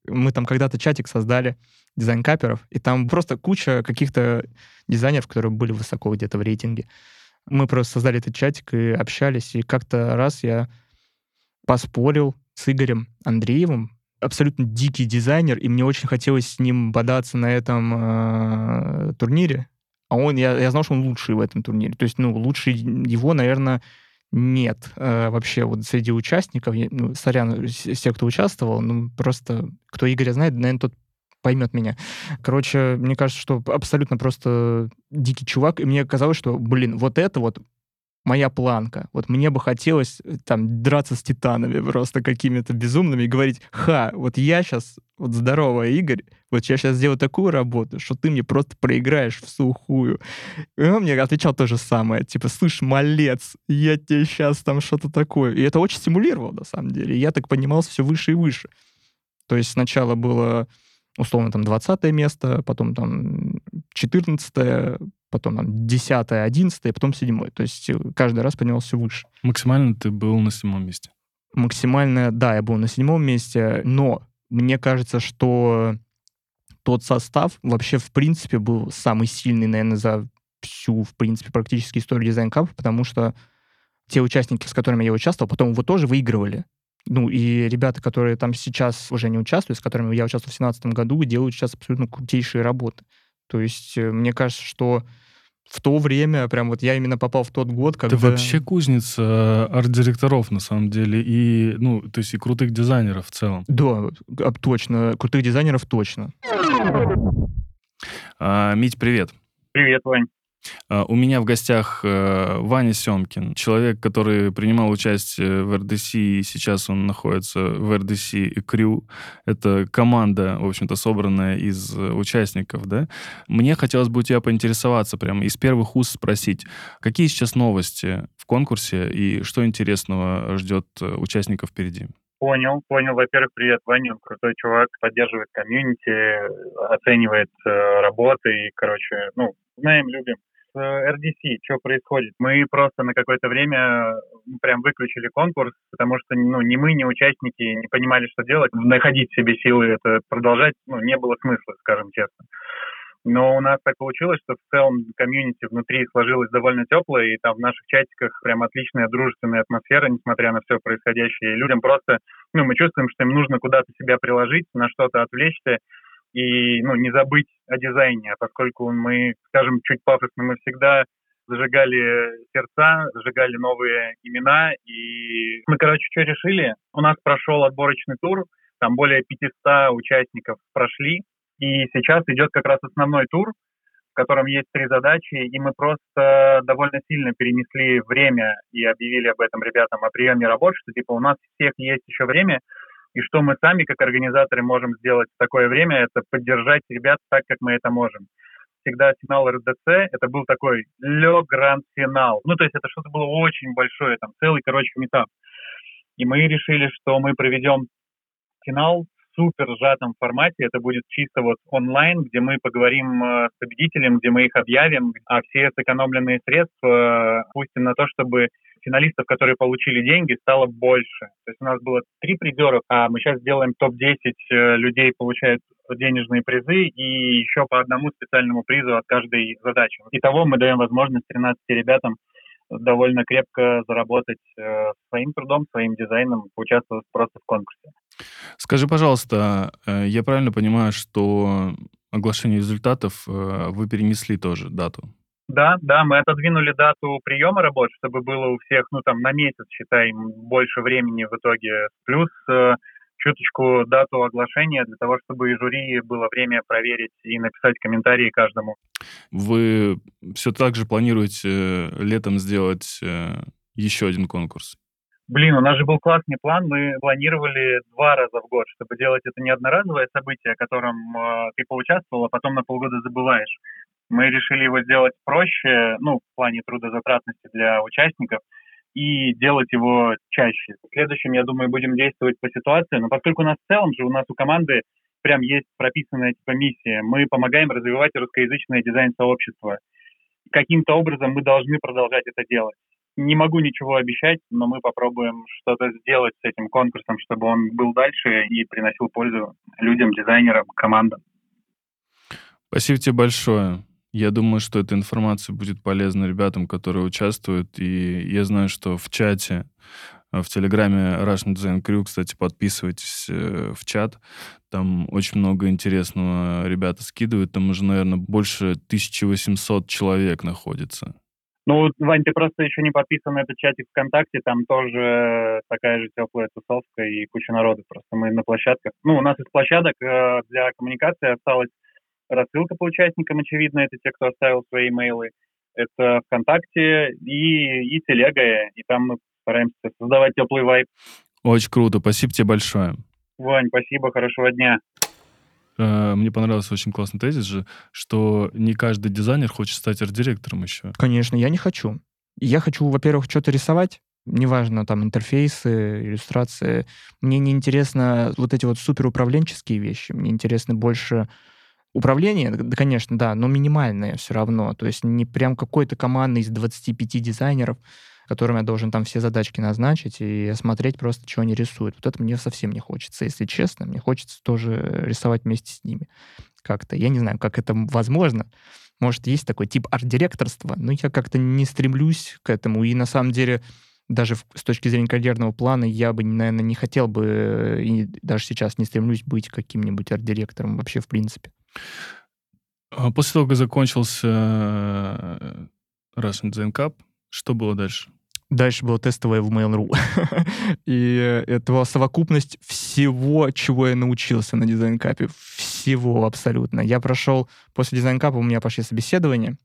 Мы там когда-то чатик создали дизайн-каперов, и там просто куча каких-то дизайнеров, которые были высоко где-то в рейтинге. Мы просто создали этот чатик и общались, и как-то раз я поспорил с Игорем Андреевым, абсолютно дикий дизайнер, и мне очень хотелось с ним бодаться на этом э, турнире. А он, я, я знал, что он лучший в этом турнире. То есть, ну, лучше его, наверное, нет э, вообще вот среди участников. Я, ну, сорян, с- все, кто участвовал, ну, просто кто Игоря знает, наверное, тот поймет меня. Короче, мне кажется, что абсолютно просто дикий чувак, и мне казалось, что, блин, вот это вот моя планка. Вот мне бы хотелось э, там драться с титанами просто какими-то безумными и говорить: ха, вот я сейчас, вот здорово, Игорь, вот я сейчас сделаю такую работу, что ты мне просто проиграешь в сухую. И он мне отвечал то же самое, типа: слышь, малец, я тебе сейчас там что-то такое. И это очень стимулировало, на самом деле. И я так поднимался все выше и выше. То есть сначала было, условно, там двадцатое место, потом там четырнадцатое, потом там десятое, одиннадцатое, потом седьмое. То есть э, каждый раз поднимался все выше. Максимально ты был на седьмом месте. Максимально, да, я был на седьмом месте, но мне кажется, что тот состав вообще, в принципе, был самый сильный, наверное, за всю, в принципе, практически историю дизайн капа, потому что те участники, с которыми я участвовал, потом его тоже выигрывали. Ну, и ребята, которые там сейчас уже не участвуют, с которыми я участвовал в две тысячи семнадцатом году, делают сейчас абсолютно крутейшие работы. То есть э, мне кажется, что в то время, прям вот я именно попал в тот год, Ты когда... вообще кузница арт-директоров, на самом деле, и, ну, то есть и крутых дизайнеров в целом. Да, а, точно, крутых дизайнеров точно. А, Мить, привет. Привет, Вань. А, У меня в гостях э, Ваня Семкин, человек, который принимал участие в эр ди си, и сейчас он находится в эр ди си Crew. Это команда, в общем-то, собранная из э, участников, да? Мне хотелось бы у тебя поинтересоваться, прямо из первых уст спросить, какие сейчас новости в конкурсе и что интересного ждет э, участников впереди? Понял, понял. Во-первых, привет, Ваня. Он крутой чувак, поддерживает комьюнити, оценивает э, работы и, короче, ну, знаем, любим. С эр ди си что происходит? Мы просто на какое-то время ну, прям выключили конкурс, потому что ну, ни мы, ни участники не понимали, что делать. Находить в себе силы это продолжать ну, не было смысла, скажем честно. Но у нас так получилось, что в целом комьюнити внутри сложилось довольно теплое, и там в наших чатиках прям отличная дружественная атмосфера, несмотря на все происходящее. И людям просто, ну, мы чувствуем, что им нужно куда-то себя приложить, на что-то отвлечься и, ну, не забыть о дизайне, а поскольку мы, скажем, чуть пафосно, мы всегда зажигали сердца, зажигали новые имена, и мы, короче, что решили? У нас прошел отборочный тур, там более пятьсот участников прошли, и сейчас идет как раз основной тур, в котором есть три задачи, и мы просто довольно сильно перенесли время и объявили об этом ребятам о приеме работ, что типа у нас всех есть еще время, и что мы сами, как организаторы, можем сделать в такое время, это поддержать ребят так, как мы это можем. Всегда финал эр ди си, это был такой лё гранд-финал. Ну, то есть это что-то было очень большое, там целый, короче, метап. И мы решили, что мы проведем финал в супер сжатом формате. Это будет чисто вот онлайн, где мы поговорим э, с победителем, где мы их объявим, а все сэкономленные средства э, пустим на то, чтобы финалистов, которые получили деньги, стало больше. То есть у нас было три призера, а мы сейчас сделаем топ десять э, людей получают денежные призы и еще по одному специальному призу от каждой задачи. Итого мы даем возможность тринадцати ребятам довольно крепко заработать э, своим трудом, своим дизайном, поучаствовать просто в конкурсе. Скажи, пожалуйста, э, я правильно понимаю, что оглашение результатов э, вы перенесли тоже дату? Да, да, мы отодвинули дату приема работ, чтобы было у всех, ну, там, на месяц, считай, больше времени в итоге. Плюс э, чуточку дату оглашения для того, чтобы и жюри было время проверить и написать комментарии каждому. Вы все так же планируете э, летом сделать э, еще один конкурс? Блин, у нас же был классный план, мы планировали два раза в год, чтобы делать это не одноразовое событие, о котором э, ты поучаствовал, а потом на полгода забываешь. Мы решили его сделать проще, ну, в плане трудозатратности для участников, и делать его чаще. В следующем, я думаю, будем действовать по ситуации, но поскольку у нас в целом же, у нас у команды прям есть прописанная типа миссия, мы помогаем развивать русскоязычное дизайн-сообщество. Каким-то образом мы должны продолжать это делать. не могу ничего обещать, но мы попробуем что-то сделать с этим конкурсом, чтобы он был дальше и приносил пользу людям, дизайнерам, командам. Спасибо тебе большое. Я думаю, что эта информация будет полезна ребятам, которые участвуют. И я знаю, что в чате, в Телеграме Russian Design Crew, кстати, подписывайтесь э, в чат. Там очень много интересного ребята скидывают. Там уже, наверное, больше тысяча восемьсот человек находится. Ну, Вань, ты просто еще не подписан на этот чатик ВКонтакте, там тоже такая же теплая тусовка и куча народу. Просто мы на площадках. Ну, у нас из площадок э, для коммуникации осталась рассылка по участникам, очевидно, это те, кто оставил свои имейлы. Это ВКонтакте и, и Телега, и там мы стараемся создавать теплый вайб. Очень круто, спасибо тебе большое. Вань, спасибо, хорошего дня. Э, Мне понравился очень классный тезис же, что не каждый дизайнер хочет стать арт-директором еще. Конечно, я не хочу. Я хочу, во-первых, что-то рисовать, неважно, там, интерфейсы, иллюстрации. Мне не интересно вот эти вот суперуправленческие вещи. Мне интересно больше управление, да, конечно, да, но минимальное все равно. То есть не прям какой-то команды из двадцати пяти дизайнеров, которым я должен там все задачки назначить и смотреть просто, что они рисуют. Вот это мне совсем не хочется, если честно. Мне хочется тоже рисовать вместе с ними как-то. Я не знаю, как это возможно. Может, есть такой тип арт-директорства, но я как-то не стремлюсь к этому. И на самом деле даже в- с точки зрения карьерного плана я бы, наверное, не хотел бы, и даже сейчас не стремлюсь быть каким-нибудь арт-директором вообще в принципе. А После того, как закончился э, Russian Design Cup, что было дальше? Дальше было тестовое в Mail.ru. И это была совокупность всего, чего я научился на дизайн-капе. Всего абсолютно. Я прошел, после дизайн-капа у меня пошли собеседования,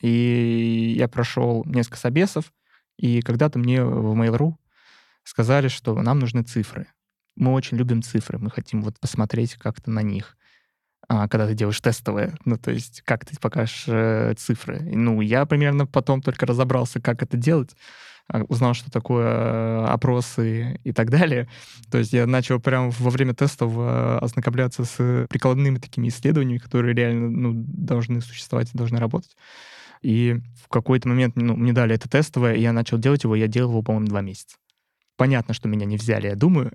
и я прошел несколько собесов, и когда-то мне в Mail.ru сказали, что нам нужны цифры. Мы очень любим цифры, мы хотим вот посмотреть как-то на них. А, когда ты делаешь тестовое, ну, то есть как ты покажешь э, цифры. И, ну, я примерно потом только разобрался, как это делать, а, узнал, что такое э, опросы и так далее. То есть я начал прямо во время тестов э, ознакомляться с прикладными такими исследованиями, которые реально, ну, должны существовать и должны работать. И в какой-то момент, ну, мне дали это тестовое, и я начал делать его, я делал его, по-моему, два месяца. Понятно, что меня не взяли, я думаю.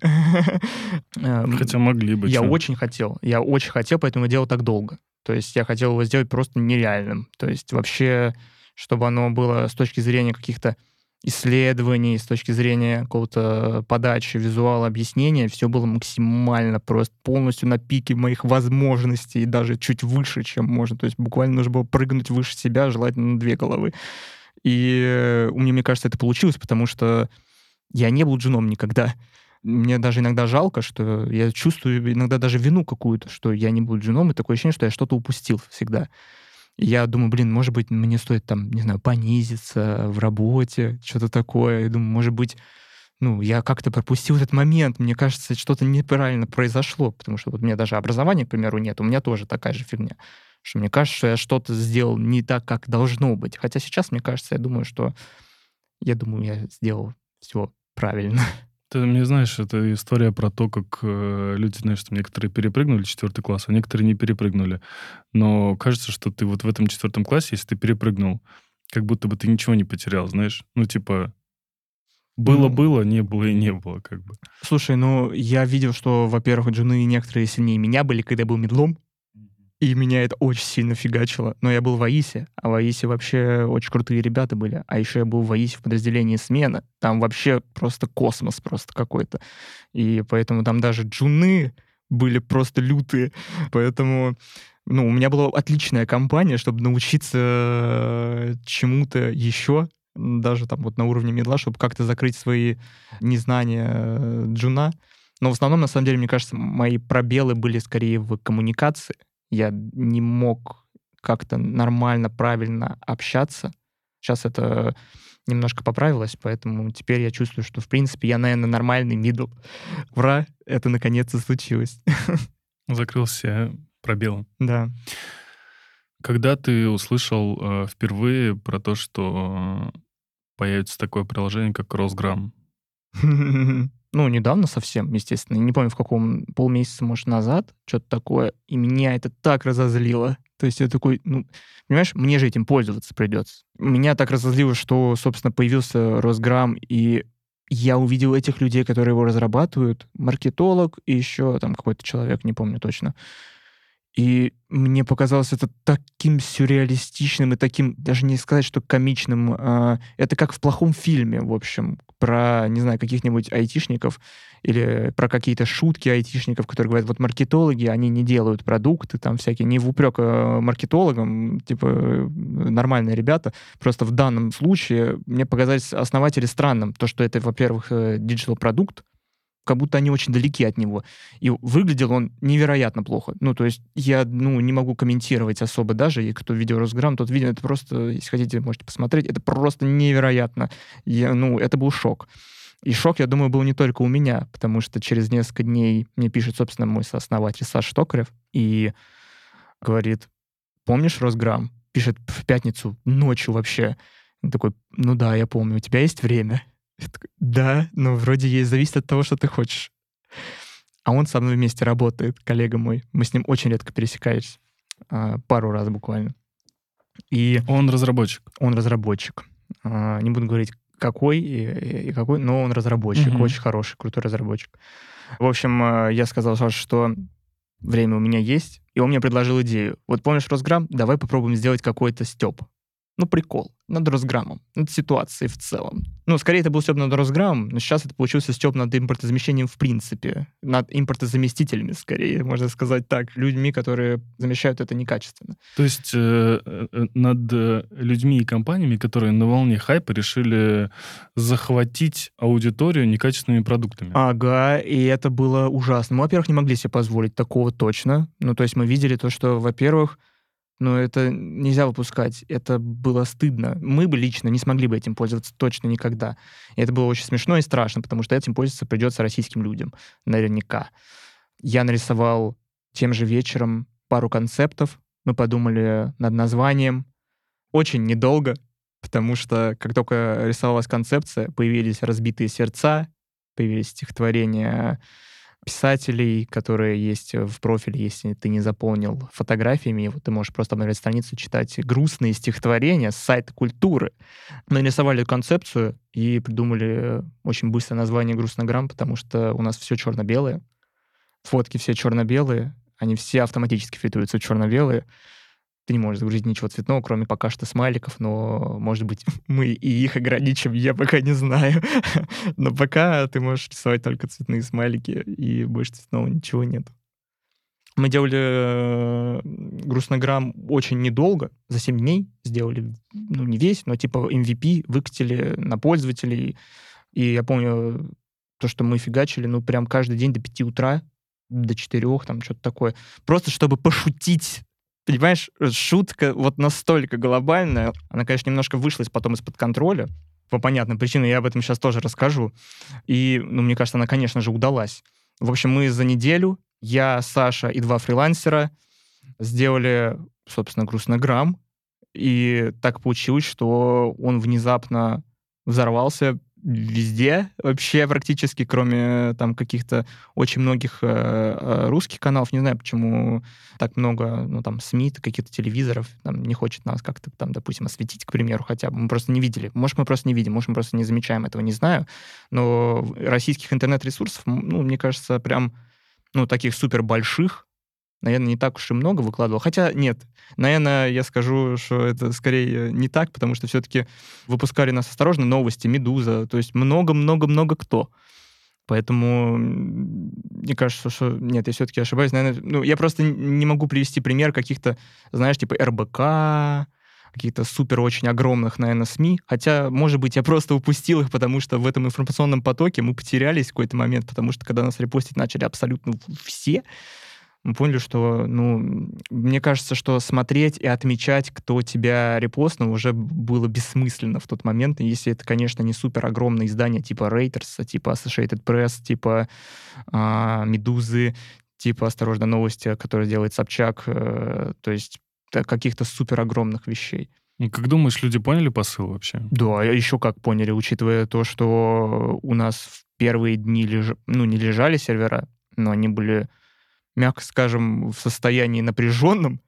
Эм, Хотя могли бы, Я чё. очень хотел, я очень хотел, поэтому я делал так долго. То есть я хотел его сделать просто нереальным. То есть вообще, чтобы оно было с точки зрения каких-то исследований, с точки зрения какого-то подачи, визуала, объяснения, все было максимально просто, полностью на пике моих возможностей, даже чуть выше, чем можно. То есть буквально нужно было прыгнуть выше себя, желательно на две головы. И э, у меня, мне кажется, это получилось, потому что я не был джуном никогда. Мне даже иногда жалко, что я чувствую иногда даже вину какую-то, что я не был джуном, и такое ощущение, что я что-то упустил всегда. И я думаю, блин, может быть, мне стоит там, не знаю, понизиться в работе, что-то такое. Я думаю, может быть, ну, я как-то пропустил этот момент. Мне кажется, что-то неправильно произошло, потому что вот у меня даже образования, к примеру, нет. У меня тоже такая же фигня. Что мне кажется, что я что-то сделал не так, как должно быть. Хотя сейчас, мне кажется, я думаю, что я думаю, я сделал все правильно. Ты мне знаешь, это история про то, как э, люди, знаешь, что некоторые перепрыгнули четвертый класс, а некоторые не перепрыгнули. Но кажется, что ты вот в этом четвертом классе, если ты перепрыгнул, как будто бы ты ничего не потерял, знаешь? Ну, типа, Ну, было-было, не было и не было, как бы. слушай, ну, я видел, что, во-первых, джуны некоторые сильнее меня были, когда я был медлом, и меня это очень сильно фигачило. Но я был в АИСе, а в АИСе вообще очень крутые ребята были. А еще я был в АИСе в подразделении смена. Там вообще просто космос просто какой-то. И поэтому там даже джуны были просто лютые. Поэтому, ну, у меня была отличная компания, чтобы научиться э, чему-то еще, м, даже там вот на уровне медла, чтобы как-то закрыть свои незнания э, джуна. Но в основном, на самом деле, мне кажется, мои пробелы были скорее в коммуникации. Я не мог как-то нормально, правильно общаться. Сейчас это немножко поправилось, поэтому теперь я чувствую, что, в принципе, я, наверное, нормальный мидл. Ура, это наконец-то случилось. Закрыл все пробелы. Да. Когда ты услышал э, впервые про то, что э, появится такое приложение, как Росграм? Ну, недавно совсем, естественно. Не помню, в каком полмесяца, может, назад, что-то такое. И меня это так разозлило. То есть я такой, ну, понимаешь, мне же этим пользоваться придется. Меня так разозлило, что, собственно, появился Росграм, и я увидел этих людей, которые его разрабатывают, маркетолог и еще там какой-то человек, не помню точно. И мне показалось это таким сюрреалистичным и таким, даже не сказать, что комичным. а, Это как в плохом фильме, в общем, про, не знаю, каких-нибудь айтишников или про какие-то шутки айтишников, которые говорят, вот маркетологи, они не делают продукты, там всякие, не в упрек э, маркетологам, типа э, нормальные ребята. Просто в данном случае мне показались основатели странным. То, что это, во-первых, диджитал-продукт, как будто они очень далеки от него. И выглядел он невероятно плохо. Ну, то есть я, ну, не могу комментировать особо даже, и кто видел Росграм, тот видел, это просто, если хотите, можете посмотреть, это просто невероятно. Я, ну, это был шок. И шок, я думаю, был не только у меня, потому что через несколько дней мне пишет, собственно, мой сооснователь Саша Токарев и говорит, помнишь Росграм? Пишет в пятницу ночью вообще. Он такой, ну да, я помню, у тебя есть время? Я такой, да, но вроде есть, зависит от того, что ты хочешь. А он со мной вместе работает, коллега мой. Мы с ним очень редко пересекались. а, Пару раз буквально. И Он разработчик. он разработчик. А, Не буду говорить, какой и, и какой, но он разработчик, Мгм. очень хороший, крутой разработчик. В общем, а, я сказал Саше, что время у меня есть, и он мне предложил идею. Вот помнишь Росграм? Давай попробуем сделать какой-то стёб. Ну, прикол. Над Росграммом. Над ситуацией в целом. Ну, скорее, это был стёб над Росграммом, но сейчас это получился стёб над импортозамещением в принципе. Над импортозаместителями, скорее, можно сказать так. Людьми, которые замещают это некачественно. То есть э, э, над э, людьми и компаниями, которые на волне хайпа решили захватить аудиторию некачественными продуктами. Ага, и это было ужасно. Мы, во-первых, не могли себе позволить такого точно. Ну, то есть мы видели то, что, во-первых, ну, это нельзя выпускать. Это было стыдно. Мы бы лично не смогли бы этим пользоваться точно никогда. И это было очень смешно и страшно, потому что этим пользоваться придется российским людям. Наверняка. Я нарисовал тем же вечером пару концептов. Мы подумали над названием. Очень недолго, потому что как только рисовалась концепция, появились «Разбитые сердца», появились стихотворения писателей, которые есть в профиле, если ты не заполнил фотографиями, вот ты можешь просто обновлять страницу, читать грустные стихотворения с сайта культуры. Мы нарисовали концепцию и придумали очень быстро название «Грустнограмм», потому что у нас все черно-белое, фотки все черно-белые, они все автоматически фильтруются черно-белые. Ты не можешь загрузить ничего цветного, кроме пока что смайликов, но, может быть, мы и их ограничим, я пока не знаю. Но пока ты можешь рисовать только цветные смайлики, и больше цветного ничего нет. Мы делали э, грустнограмм очень недолго, за семь дней сделали, ну, не весь, но типа эм ви пи выкатили на пользователей. И я помню то, что мы фигачили, ну, прям каждый день до пяти утра, до четырех, там, что-то такое. Просто чтобы пошутить. Понимаешь, шутка вот настолько глобальная, она, конечно, немножко вышла из- потом из-под контроля, по понятным причинам, я об этом сейчас тоже расскажу. И, ну, мне кажется, она, конечно же, удалась. В общем, мы за неделю, я, Саша и два фрилансера сделали, собственно, грустнограмм, и так получилось, что он внезапно взорвался везде, вообще практически, кроме там каких-то очень многих э, э, русских каналов. Не знаю, почему так много, ну, там, СМИ, каких-то телевизоров там, не хочет нас как-то там, допустим, осветить, к примеру, хотя бы. Мы просто не видели. Может, мы просто не видим, может, мы просто не замечаем этого, не знаю. Но российских интернет-ресурсов, м, ну, мне кажется, прям, ну, таких супер больших, наверное, не так уж и много выкладывал. Хотя нет, наверное, я скажу, что это скорее не так, потому что все-таки выпускали нас осторожно новости, «Медуза», то есть много-много-много кто. Поэтому м, мне кажется, что... Нет, я все-таки ошибаюсь. Наверное, ну, я просто н- не могу привести пример каких-то, знаешь, типа эр бэ ка, каких-то супер очень огромных, наверное, СМИ. Хотя, может быть, я просто упустил их, потому что в этом информационном потоке мы потерялись в какой-то момент, потому что когда нас репостить начали абсолютно все, мы поняли, что, ну, мне кажется, что смотреть и отмечать, кто тебя репостнул, уже было бессмысленно в тот момент, если это, конечно, не супер огромные издания типа Reuters, типа Associated Press, типа а, Медузы, типа «Осторожно, новости», которые делает Собчак, э, то есть та- каких-то супер огромных вещей. Ну, как думаешь, люди поняли посыл вообще? Да, еще как поняли, учитывая то, что у нас в первые дни леж... ну, не лежали сервера, но они были, мягко скажем, в состоянии напряженном.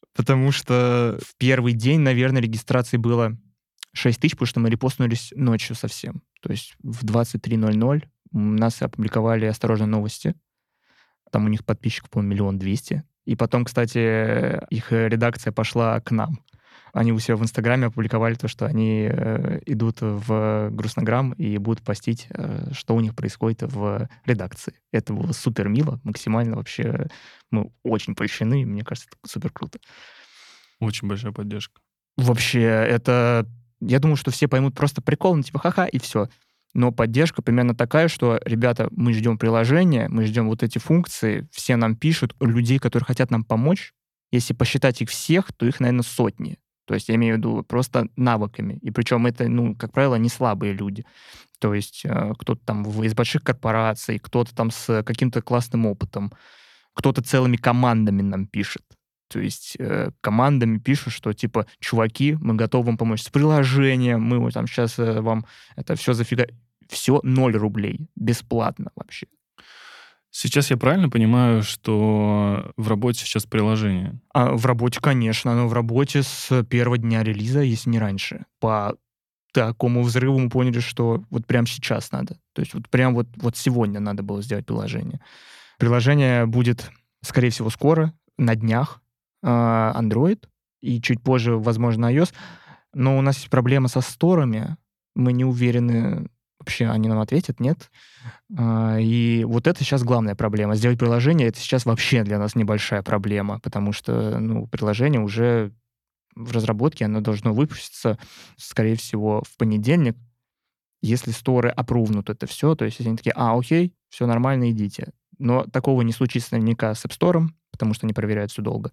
Потому что в первый день, наверное, регистрации было шесть тысяч, потому что мы репостнулись ночью совсем. То есть в двадцать три ноль ноль нас опубликовали «Осторожно, новости». Там у них подписчиков, по-моему, миллион двести. И потом, кстати, их редакция пошла к нам. Они у себя в Инстаграме опубликовали то, что они э, идут в Грустнограмм и будут постить, э, что у них происходит в редакции. Это было супер мило, максимально вообще. Мы очень польщены, мне кажется, это супер круто. Очень большая поддержка. Вообще, это... Я думаю, что все поймут просто прикол, ну типа ха-ха, и все. Но поддержка примерно такая, что, ребята, мы ждем приложения, мы ждем вот эти функции, все нам пишут, людей, которые хотят нам помочь. Если посчитать их всех, то их, наверное, сотни. То есть я имею в виду просто навыками. И причем это, ну, как правило, не слабые люди. То есть э, кто-то там в- из больших корпораций, кто-то там с каким-то классным опытом, кто-то целыми командами нам пишет. То есть э, командами пишут, что типа, чуваки, мы готовы вам помочь с приложением, мы вот там сейчас э, вам это все зафига... Все ноль рублей, бесплатно вообще. Сейчас я правильно понимаю, что в работе сейчас приложение? А в работе, конечно, оно в работе с первого дня релиза, если не раньше. По такому взрыву мы поняли, что вот прямо сейчас надо. То есть вот прям вот, вот сегодня надо было сделать приложение. Приложение будет, скорее всего, скоро, на днях. а, Android и чуть позже, возможно, iOS. Но у нас есть проблема со сторами. Мы не уверены, вообще они нам ответят, нет. А, И вот это сейчас главная проблема. Сделать приложение — это сейчас вообще для нас небольшая проблема, потому что, ну, приложение уже в разработке, оно должно выпуститься, скорее всего, в понедельник. Если сторы опрувнут это все, то есть если они такие, а, окей, все нормально, идите. Но такого не случится наверняка с App Store, потому что они проверяют все долго.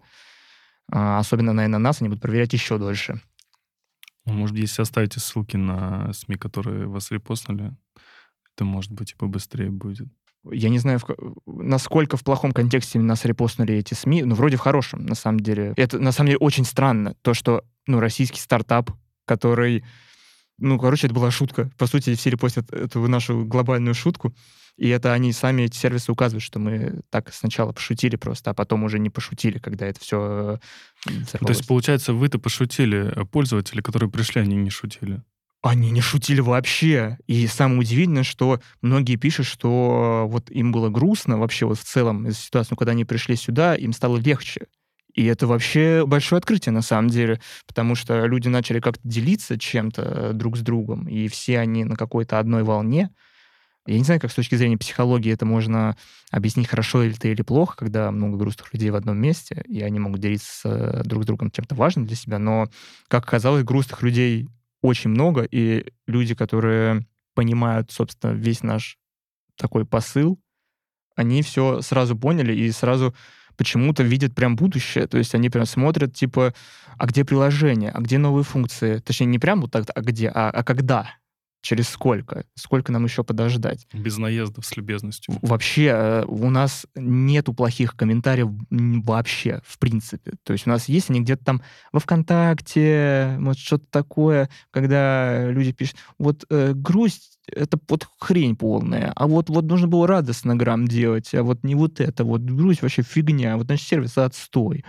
А, особенно, наверное, нас они будут проверять еще дольше. Ну, может, если оставите ссылки на СМИ, которые вас репостнули, это, может быть, и побыстрее будет. Я не знаю, в ка- насколько в плохом контексте нас репостнули эти СМИ, но вроде в хорошем, на самом деле. Это, на самом деле, очень странно, то, что, ну, российский стартап, который... Ну, короче, это была шутка. По сути, все репостят эту нашу глобальную шутку, и это они сами, эти сервисы, указывают, что мы так сначала пошутили просто, а потом уже не пошутили, когда это все То взорвалось. есть, получается, вы-то пошутили, а пользователи, которые пришли, они не шутили. Они не шутили вообще. И самое удивительное, что многие пишут, что вот им было грустно вообще вот в целом из ситуации, но когда они пришли сюда, им стало легче. И это вообще большое открытие на самом деле, потому что люди начали как-то делиться чем-то друг с другом, и все они на какой-то одной волне. Я не знаю, как с точки зрения психологии это можно объяснить, хорошо или это или плохо, когда много грустных людей в одном месте, и они могут делиться э, друг с другом чем-то важным для себя, но, как оказалось, грустных людей очень много, и люди, которые понимают, собственно, весь наш такой посыл, они все сразу поняли и сразу почему-то видят прям будущее. То есть они прям смотрят, типа, а где приложение, а где новые функции? Точнее, не прям вот так, а где, а, а когда? Через сколько? Сколько нам еще подождать? Без наездов с любезностью. В- Вообще, э, у нас нету плохих комментариев м, вообще, в принципе. То есть у нас есть они где-то там во ВКонтакте, вот что-то такое, когда люди пишут, вот э, грусть — это вот хрень полная, а вот, вот нужно было радостно грамм делать, а вот не вот это, вот грусть вообще фигня, вот значит сервис отстой.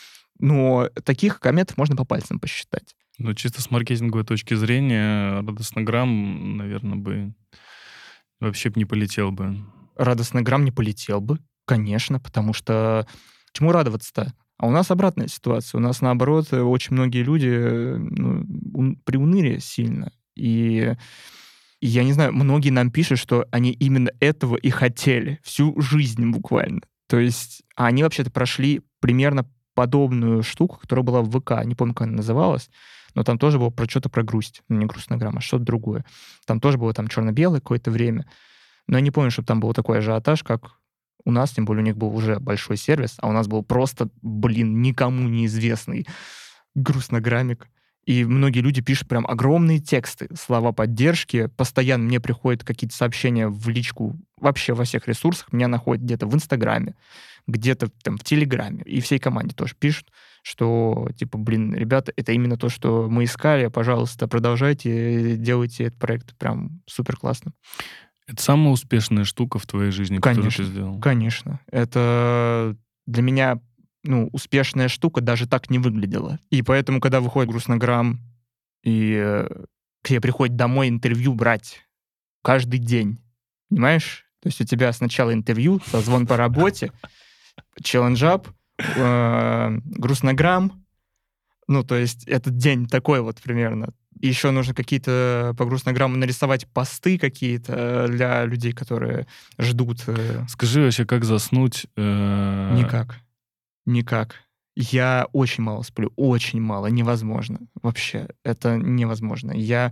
Но таких комментов можно по пальцам посчитать. Но чисто с маркетинговой точки зрения, радостнограмм, наверное, бы вообще бы не полетел бы. Радостный грамм не полетел бы, конечно, потому что чему радоваться-то? А у нас обратная ситуация. У нас, наоборот, э, очень многие люди э, ну, ун- приуныли сильно. И и я не знаю, многие нам пишут, что они именно этого и хотели всю жизнь буквально. То есть а они вообще-то прошли примерно подобную штуку, которая была в ВК. Не помню, как она называлась, но там тоже было про что-то про грусть. Ну, не грустная грамма, а что-то другое. Там тоже было там черно-белое какое-то время. Но я не помню, чтобы там был такой ажиотаж, как у нас, тем более у них был уже большой сервис, а у нас был просто, блин, никому неизвестный грустнограммик. И многие люди пишут прям огромные тексты, слова поддержки. Постоянно мне приходят какие-то сообщения в личку вообще во всех ресурсах. Меня находят где-то в Инстаграме, где-то там в Телеграме. И всей команде тоже пишут, что, типа, блин, ребята, это именно то, что мы искали. Пожалуйста, продолжайте, делайте этот проект. Прям супер классно. Это самая успешная штука в твоей жизни, которую ты Конечно, сделал? конечно. Это для меня ну, успешная штука даже так не выглядела. И поэтому, когда выходит Грустнограмм, и э, к тебе приходит домой интервью брать каждый день, понимаешь? То есть у тебя сначала интервью, созвон по работе, челленджап, э, Грустнограмм. Ну, то есть этот день такой вот примерно. И еще нужно какие-то по Грустнограмму нарисовать посты какие-то для людей, которые ждут. э, Скажи вообще, как заснуть? э, Никак. Никак. Я очень мало сплю, очень мало, невозможно. Вообще, это невозможно. Я,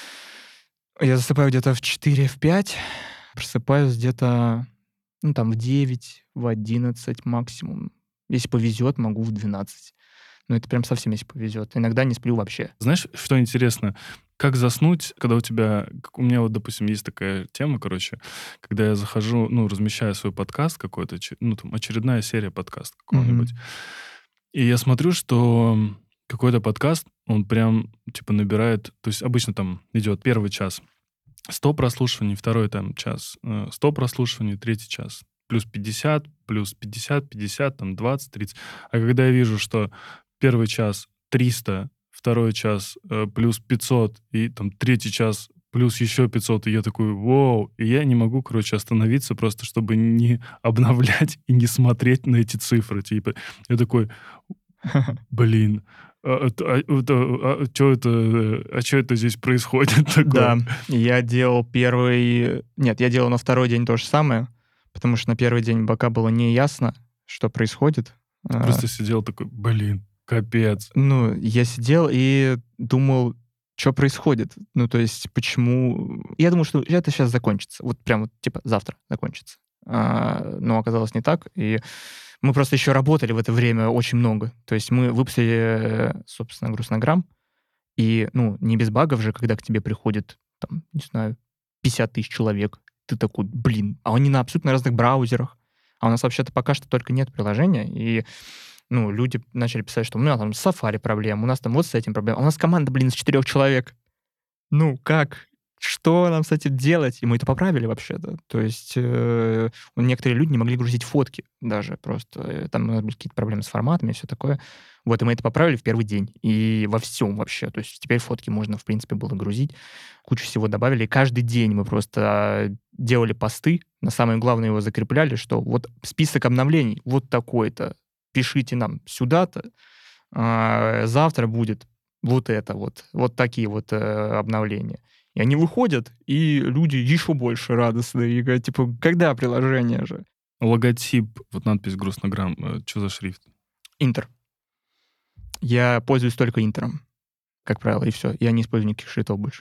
я засыпаю где-то в четыре, в пять, просыпаюсь где-то, ну, там, в девять, в одиннадцать максимум. Если повезет, могу в двенадцать. Но это прям совсем, если повезет. Иногда не сплю вообще. Знаешь, что интересно? Как заснуть, когда у тебя... как у меня вот, допустим, есть такая тема, короче, когда я захожу, ну, размещаю свой подкаст какой-то, оче- ну, там, очередная серия подкаста какого-нибудь, Мгм. и я смотрю, что какой-то подкаст, он прям, типа, набирает... То есть обычно там идет первый час сто прослушиваний, второй там час э, сто прослушиваний, третий час плюс пятьдесят, плюс пятьдесят, пятьдесят, там двадцать, тридцать. А когда я вижу, что первый час триста, второй час э, плюс пятьсот, и там третий час плюс еще пятьсот, и я такой, вау, и я не могу, короче, остановиться просто, чтобы не обновлять и не смотреть на эти цифры, типа. Я такой, блин, а, это- а, это- а, чё это, э, а что это здесь происходит Да, такое? я делал первый... Нет, я делал на второй день то же самое, потому что на первый день пока было не ясно, что происходит. Ты А, просто сидел такой, блин, капец. Ну, я сидел и думал, что происходит. Ну, то есть, почему... Я думал, что это сейчас закончится. Вот прям вот, типа, завтра закончится. А, но оказалось не так. И мы просто еще работали в это время очень много. То есть мы выпустили, э, собственно, Грустнограмм. И, ну, не без багов же, когда к тебе приходит, там, не знаю, пятьдесят тысяч человек. Ты такой, блин, а они на абсолютно разных браузерах. А у нас вообще-то пока что только нет приложения. И, ну, люди начали писать, что у меня там с Safari проблема, у нас там вот с этим проблема. А у нас команда, блин, из четырех человек. Ну, как? Что нам с этим делать? И мы это поправили вообще-то. То есть э, некоторые люди не могли грузить фотки даже просто. Э, Там э, были какие-то проблемы с форматами и все такое. Вот, и мы это поправили в первый день. И во всем вообще. То есть теперь фотки можно, в принципе, было грузить. Кучу всего добавили. И каждый день мы просто а, делали посты. На самое главное его закрепляли, что вот список обновлений вот такой-то. Пишите нам сюда-то. А, завтра будет вот это вот. Вот такие вот э, обновления. И они выходят, и люди еще больше радостные. И говорят, типа, когда приложение же? Логотип, вот надпись Грустнограмм, что за шрифт? Интер. Я пользуюсь только интером, как правило, и все. Я не использую никаких шрифтов больше.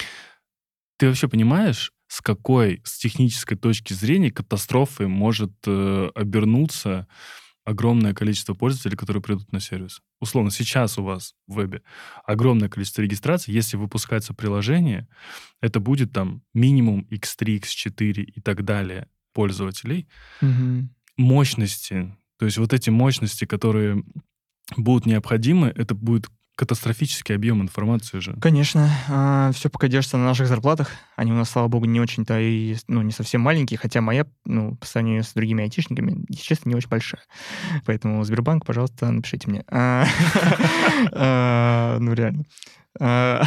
Ты вообще понимаешь, с какой, с технической точки зрения катастрофой может э, обернуться огромное количество пользователей, которые придут на сервис? Условно, сейчас у вас в вебе огромное количество регистраций. Если выпускается приложение, это будет там минимум икс три, икс четыре и так далее пользователей. Мгм. Мощности, то есть вот эти мощности, которые будут необходимы, это будет катастрофический объем информации же. Конечно, все пока держится на наших зарплатах. Они у нас, слава богу, не очень-то и, ну, не совсем маленькие, хотя моя, ну, по сравнению с другими айтишниками, если честно, не очень большая. Поэтому Сбербанк, пожалуйста, напишите мне. А, а, Ну, реально. А,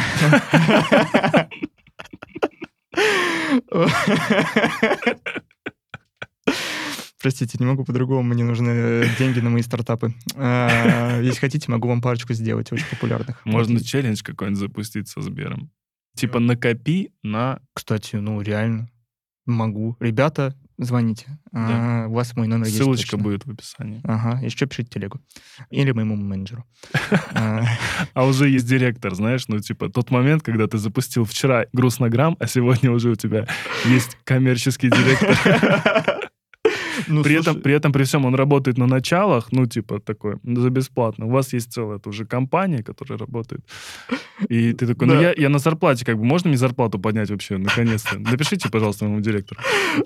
Простите, не могу по-другому, мне нужны деньги на мои стартапы. А, Если хотите, могу вам парочку сделать, очень популярных. Можно Вот. челлендж какой-нибудь запустить со Сбером. Типа накопи на... Кстати, ну, реально, могу. Ребята, звоните. Да. А, У вас мой номер есть Ссылочка точно. будет в описании. Ага, если что, пишите телегу. Или моему менеджеру. А, А уже есть директор, знаешь, ну типа тот момент, когда ты запустил вчера Грустнограмм, а сегодня уже у тебя есть коммерческий директор. Ну, При этом, слушай, при этом, при всем, он работает на началах, ну, типа, такой, за бесплатно. У вас есть целая уже компания, которая работает. И ты такой, ну, да. я, я на зарплате, как бы, можно мне зарплату поднять вообще, наконец-то? Напишите, пожалуйста, моему директору.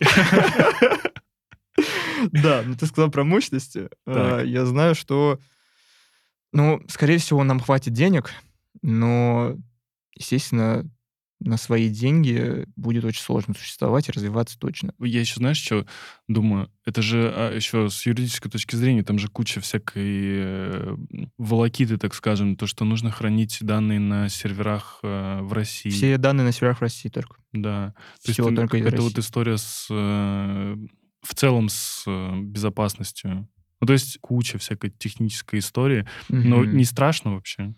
Да, ну ты сказал про мощности. А, Так. Я знаю, что, ну, скорее всего, нам хватит денег, но, естественно, на свои деньги будет очень сложно существовать и развиваться точно. Я еще, знаешь, что думаю? Это же а, еще с юридической точки зрения, там же куча всякой э, волокиты, так скажем, то, что нужно хранить данные на серверах э, в России. Все данные на серверах в России только. Да. То есть Все ты- только из это вот России. история с э, в целом с э, безопасностью. Ну, то есть куча всякой технической истории. Но Мгм. не страшно вообще?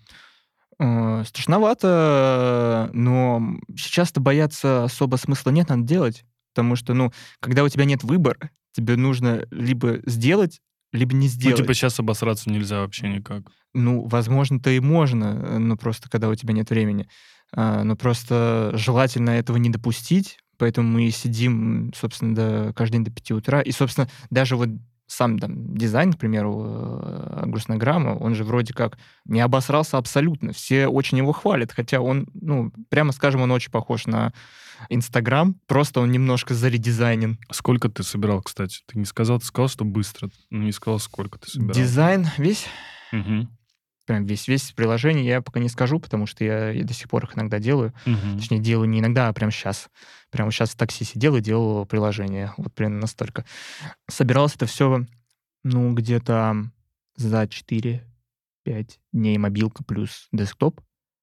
Э, Страшновато, но сейчас-то бояться особо смысла нет, надо делать. Потому что, ну, когда у тебя нет выбора, тебе нужно либо сделать, либо не Ну, сделать. типа сейчас обосраться нельзя вообще никак. Ну, возможно-то и можно, э, но просто когда у тебя нет времени. А, Но просто желательно этого не допустить, поэтому мы и сидим, собственно, до, каждый день до пяти утра. И, собственно, даже вот сам там дизайн, к примеру, э, Грустнограмма, он же вроде как не обосрался абсолютно. Все очень его хвалят, хотя он, ну, прямо скажем, он очень похож на Инстаграм, просто он немножко заредизайнен. Сколько ты собирал, кстати? Ты не сказал, ты сказал, что быстро, но не сказал, сколько ты собирал. Дизайн весь, Мгм. прям весь, весь приложение я пока не скажу, потому что я, я до сих пор их иногда делаю. Мгм. Точнее, делаю не иногда, а прямо сейчас. Прямо сейчас в такси сидел и делал приложение. Вот примерно настолько. Собиралось это все, ну, где-то за четыре-пять дней мобилка плюс десктоп,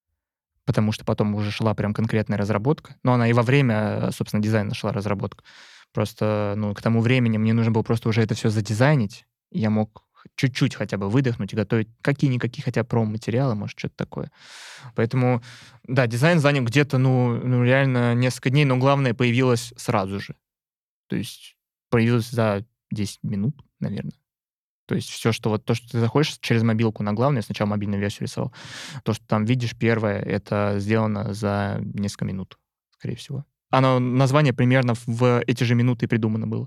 потому что потом уже шла прям конкретная разработка. Но она и во время, собственно, дизайна шла разработка. Просто, ну, к тому времени мне нужно было просто уже это все задизайнить. И я мог х- чуть-чуть хотя бы выдохнуть и готовить какие-никакие хотя бы промо-материалы, может, что-то такое. Поэтому, да, дизайн занял где-то, ну, ну, реально несколько дней, но главное появилось сразу же. То есть появилось за десять минут, наверное. То есть все, что вот то, что ты заходишь через мобилку на главную, я сначала мобильную версию рисовал, то, что там видишь первое, это сделано за несколько минут, скорее всего. Оно, название примерно в эти же минуты и придумано было.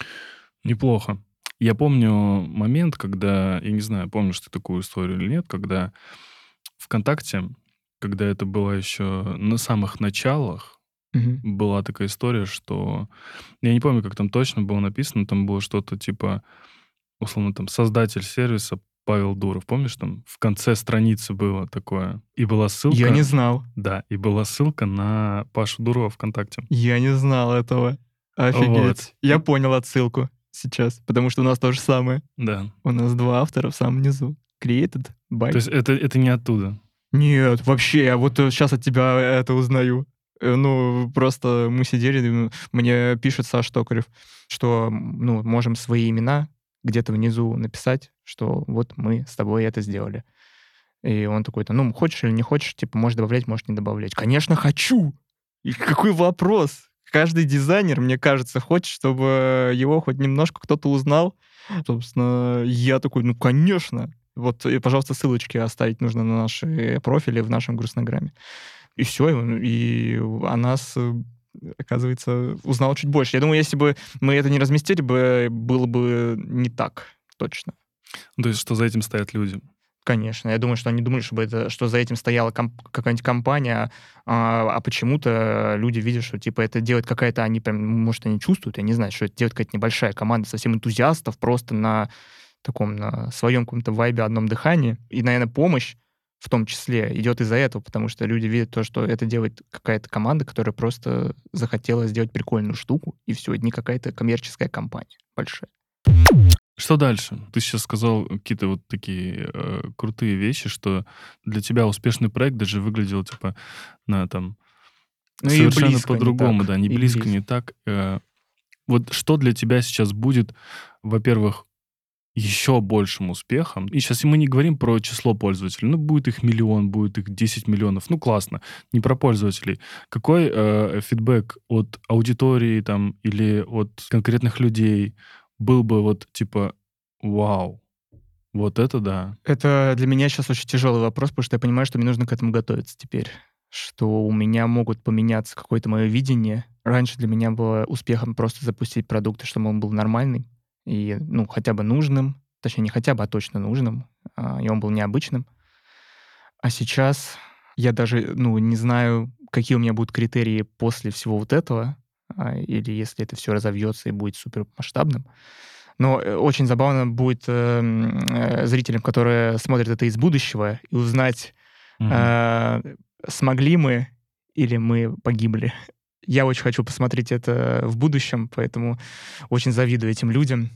Неплохо. Я помню момент, когда, я не знаю, помнишь ты такую историю или нет, когда ВКонтакте, когда это было еще на самых началах, Мгм. была такая история, что... Я не помню, как там точно было написано, там было что-то типа, условно, там, создатель сервиса Павел Дуров. Помнишь, там в конце страницы было такое? И была ссылка... Я не знал. Да, и была ссылка на Пашу Дурова ВКонтакте. Я не знал этого. Офигеть. Вот. Я И- понял отсылку сейчас, потому что у нас то же самое. Да. У нас два автора в самом низу. Created by... То есть это, это не оттуда. Нет, вообще, я вот сейчас от тебя это узнаю. Э, Ну, просто мы сидели, ну, мне пишет Саш Токарев, что, м, ну, можем свои имена где-то внизу написать, что вот мы с тобой это сделали. И он такой-то, ну, хочешь или не хочешь, типа, можешь добавлять, можешь не добавлять. Конечно, хочу! И какой вопрос? Каждый дизайнер, мне кажется, хочет, чтобы его хоть немножко кто-то узнал. Собственно, я такой, ну, конечно. Вот, и, пожалуйста, ссылочки оставить нужно на наши профили в нашем Грустнограмме. И все, и о нас, э, оказывается, узнал чуть больше. Я думаю, если бы мы это не разместили бы, было бы не так точно. Ну, то есть что за этим стоят люди. Конечно. Я думаю, что они думали, чтобы это, что за этим стояла комп- какая-нибудь компания, а, а почему-то люди видят, что типа это делает какая-то, они прям, может, они чувствуют, я не знаю, что это делает какая-то небольшая команда совсем энтузиастов, просто на таком, на своем каком-то вайбе, одном дыхании. И, наверное, помощь в том числе идет из-за этого, потому что люди видят то, что это делает какая-то команда, которая просто захотела сделать прикольную штуку, и все, это не какая-то коммерческая компания большая. Что дальше? Ты сейчас сказал какие-то вот такие э, крутые вещи, что для тебя успешный проект даже выглядел типа на там Ну и совершенно близко не по-другому, так. да, не И близко, близко. не так. Э, вот что для тебя сейчас будет, во-первых, еще большим успехом? И сейчас мы не говорим про число пользователей. Ну, будет их миллион, будет их десять миллионов. Ну, классно. Не про пользователей. Какой э, фидбэк от аудитории там или от конкретных людей был бы вот типа вау, вот это да. Это для меня сейчас очень тяжелый вопрос, потому что я понимаю, что мне нужно к этому готовиться теперь. Что у меня могут поменяться какое-то мое видение. Раньше для меня было успехом просто запустить продукт, и чтобы он был нормальный и, ну, хотя бы нужным. Точнее, не хотя бы, а точно нужным. а, И он был необычным. А сейчас я даже, ну, не знаю, какие у меня будут критерии после всего вот этого, а, или если это все разовьется и будет супер масштабным. Но э, очень забавно будет эм, э, зрителям, которые смотрят это из будущего, и узнать, Мгм. э, смогли мы или мы погибли. Я очень хочу посмотреть это в будущем, поэтому очень завидую этим людям.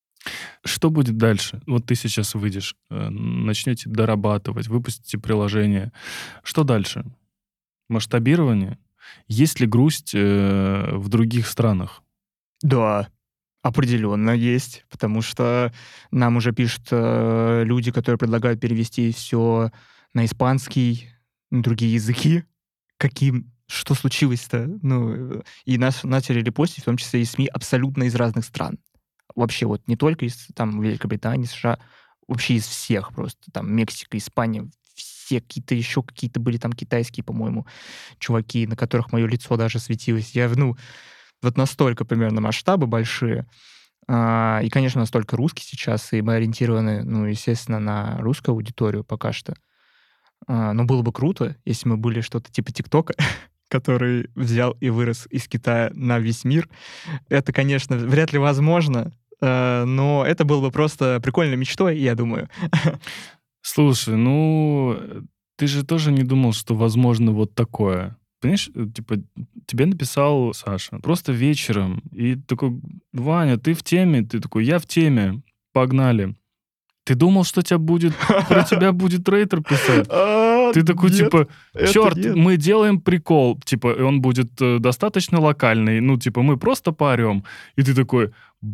Что будет дальше? Вот ты сейчас выйдешь, э, начнете дорабатывать, выпустите приложение. Что дальше? Масштабирование? Есть ли грусть э, в других странах? Да, определенно есть, потому что нам уже пишут э, люди, которые предлагают перевести все на испанский, на другие языки. Каким? Что случилось-то? Ну, э, и нас начали репостить, в том числе и СМИ абсолютно из разных стран. Вообще вот не только из там Великобритании, США, вообще из всех просто. Там Мексика, Испания, все какие-то еще какие-то были там китайские, по-моему, чуваки, на которых мое лицо даже светилось. Я, ну, вот настолько примерно масштабы большие. А, и, конечно, настолько русский сейчас, и мы ориентированы, ну, естественно, на русскую аудиторию пока что. А, но было бы круто, если мы были что-то типа ТикТока, который взял и вырос из Китая на весь мир. Это, конечно, вряд ли возможно, э, но это было бы просто прикольной мечтой, я думаю. Слушай, ну, э, ты же тоже не думал, что возможно вот такое. Понимаешь, э, типа, тебе написал Саша просто вечером, и такой, Ваня, ты в теме? Ты такой, я в теме, погнали. Ты думал, что тебя будет, про тебя будет рейтер писать? А, Ты такой, нет, типа, это черт, нет. мы делаем прикол, типа, и он будет э, достаточно локальный, ну, типа, мы просто поорем. И ты такой,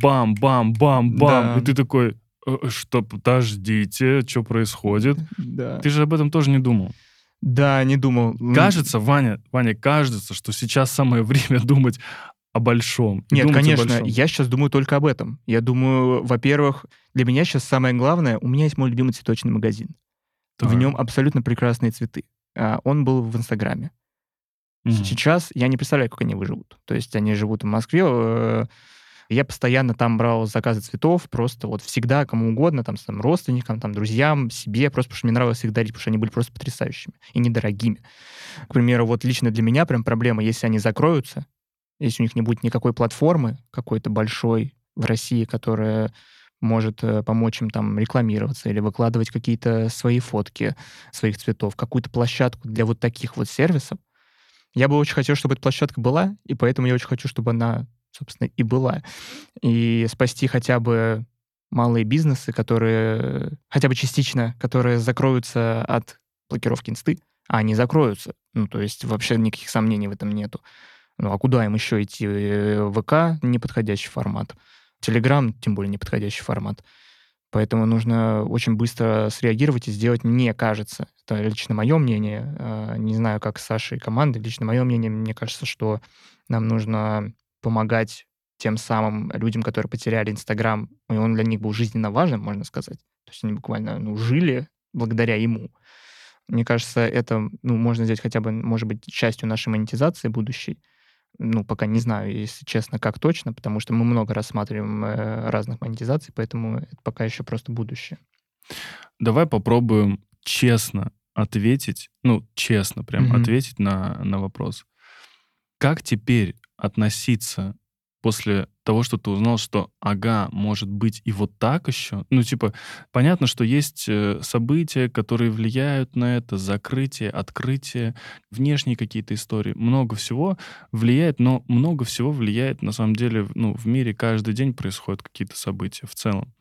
бам-бам-бам-бам. И Да, ты такой, «Э, что, подождите, что происходит? да. Ты же об этом тоже не думал. Да, не думал. М, Кажется, Ваня, Ваня, кажется, что сейчас самое время думать о большом. И Нет, думать о конечно, большом. я сейчас думаю только об этом. Я думаю, во-первых, для меня сейчас самое главное, у меня есть мой любимый цветочный магазин. В Так. нем абсолютно прекрасные цветы. А, Он был в Инстаграме. Мгм. Сейчас я не представляю, как они выживут. То есть они живут в Москве. э, Я постоянно там брал заказы цветов, просто вот всегда, кому угодно, там, своим родственникам, там, друзьям, себе, просто потому что мне нравилось их дарить, потому что они были просто потрясающими и недорогими. К примеру, вот лично для меня прям проблема, если они закроются, если у них не будет никакой платформы какой-то большой в России, которая может э, помочь им там рекламироваться или выкладывать какие-то свои фотки своих цветов, какую-то площадку для вот таких вот сервисов. Я бы очень хотел, чтобы эта площадка была, и поэтому я очень хочу, чтобы она, собственно, и была. И спасти хотя бы малые бизнесы, которые, хотя бы частично, которые закроются от блокировки инсты, а они закроются. Ну, то есть вообще никаких сомнений в этом нету. Ну, а куда им еще идти? Э, ВК — неподходящий формат. Телеграм — тем более неподходящий формат. Поэтому нужно очень быстро среагировать и сделать, мне кажется, это лично мое мнение, э, не знаю, как Саша и команды, лично мое мнение, мне кажется, что нам нужно помогать тем самым людям, которые потеряли Инстаграм, и он для них был жизненно важным, можно сказать. То есть они буквально ну, жили благодаря ему. Мне кажется, это ну, можно сделать хотя бы, может быть, частью нашей монетизации будущей. Ну, пока не знаю, если честно, как точно, потому что мы много рассматриваем э, разных монетизаций, поэтому это пока еще просто будущее. Давай попробуем честно ответить, ну, честно прям Мгм. ответить на, на вопрос. Как теперь относиться после того, что ты узнал, что, ага, может быть и вот так еще? Ну, типа, понятно, что есть э, события, которые влияют на это, закрытие, открытие, внешние какие-то истории. Много всего влияет, но много всего влияет, на самом деле, в- ну, в мире каждый день происходят какие-то события в целом.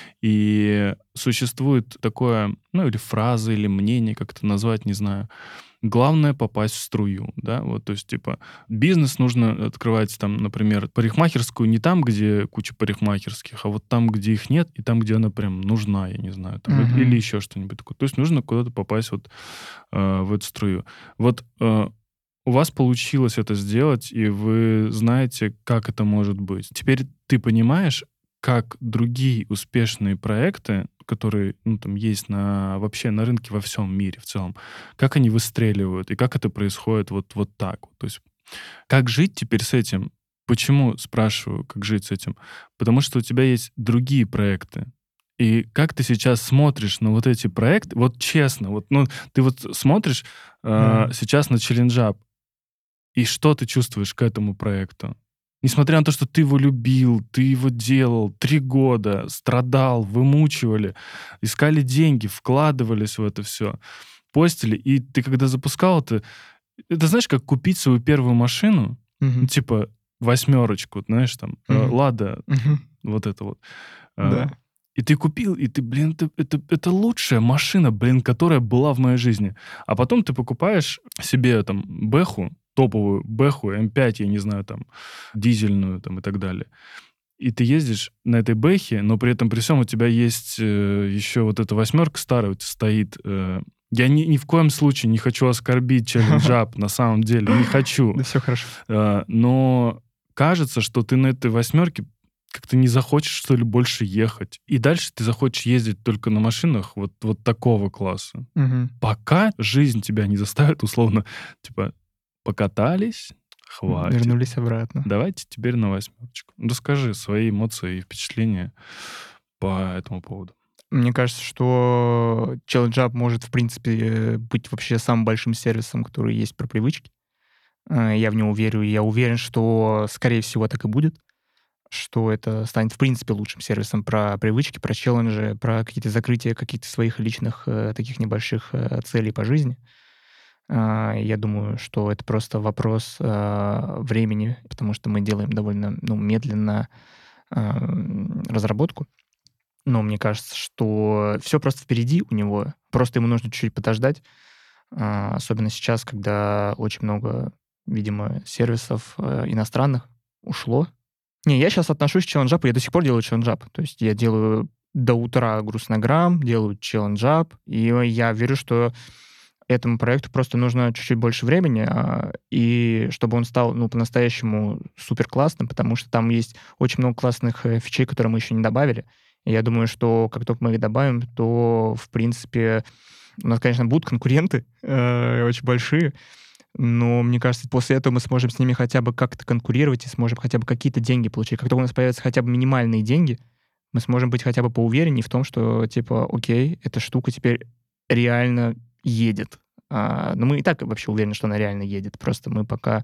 И существует такое, ну, или фраза, или мнение, как это назвать, не знаю. Главное попасть в струю, да, вот, то есть, типа, бизнес нужно открывать, там, например, парикмахерскую не там, где куча парикмахерских, а вот там, где их нет, и там, где она прям нужна, я не знаю, там, или, или Мгм. еще что-нибудь такое. То есть нужно куда-то попасть вот э, в эту струю. Вот э, у вас получилось это сделать, и вы знаете, как это может быть. Теперь ты понимаешь, как другие успешные проекты, которые ну, там есть на, вообще на рынке во всем мире в целом, как они выстреливают, и как это происходит вот, вот так. вот. То есть как жить теперь с этим? Почему спрашиваю, как жить с этим? Потому что у тебя есть другие проекты. И как ты сейчас смотришь на вот эти проекты, вот честно, вот, ну, ты вот смотришь э, Да. сейчас на Челленджап, и что ты чувствуешь к этому проекту? Несмотря на то, что ты его любил, ты его делал три года, страдал, вымучивали, искали деньги, вкладывались в это все, постили, и ты когда запускал это, Это знаешь, как купить свою первую машину, ну, Мгм. типа восьмерочку, знаешь, там, э, Мгм. Лада, Мгм. вот это вот. Да. А, И ты купил, и ты, блин, это, это, это лучшая машина, блин, которая была в моей жизни. А потом ты покупаешь себе там Бэху, топовую Бэху, эм пять, я не знаю, там, дизельную там и так далее. И ты ездишь на этой Бэхе, но при этом при всем у тебя есть э, еще вот эта восьмерка старая у тебя стоит. э. Я ни, ни в коем случае не хочу оскорбить Челленджап, на самом деле, не хочу. Да все хорошо. А, но кажется, что ты на этой восьмерке как-то не захочешь, что ли, больше ехать. И дальше ты захочешь ездить только на машинах вот, вот такого класса. Мгм. Пока жизнь тебя не заставит, условно, типа, покатались, хватит. Вернулись обратно. Давайте теперь на восьмерочку. Расскажи свои эмоции и впечатления по этому поводу. Мне кажется, что ChallengeUp может, в принципе, быть вообще самым большим сервисом, который есть про привычки. Э, Я в него верю, и я уверен, что, скорее всего, так и будет, что это станет, в принципе, лучшим сервисом про привычки, про челленджи, про какие-то закрытия каких-то своих личных э, таких небольших э, целей по жизни. А, Я думаю, что это просто вопрос а, времени, потому что мы делаем довольно ну, медленно а, м, разработку. Но мне кажется, что все просто впереди у него. Просто ему нужно чуть-чуть подождать. А, Особенно сейчас, когда очень много, видимо, сервисов э, иностранных ушло. Не, я сейчас отношусь к челленджапу, я до сих пор делаю челленджап. То есть я делаю до утра грустнограмм, делаю челленджап, и я верю, что этому проекту просто нужно чуть-чуть больше времени, а, и чтобы он стал, ну, по-настоящему супер классным, потому что там есть очень много классных э, фичей, которые мы еще не добавили. И я думаю, что как только мы их добавим, то, в принципе, у нас, конечно, будут конкуренты э, очень большие, но мне кажется, после этого мы сможем с ними хотя бы как-то конкурировать и сможем хотя бы какие-то деньги получить. Как только у нас появятся хотя бы минимальные деньги, мы сможем быть хотя бы поувереннее в том, что, типа, окей, эта штука теперь реально едет. А, но мы и так вообще уверены, что она реально едет. Просто мы пока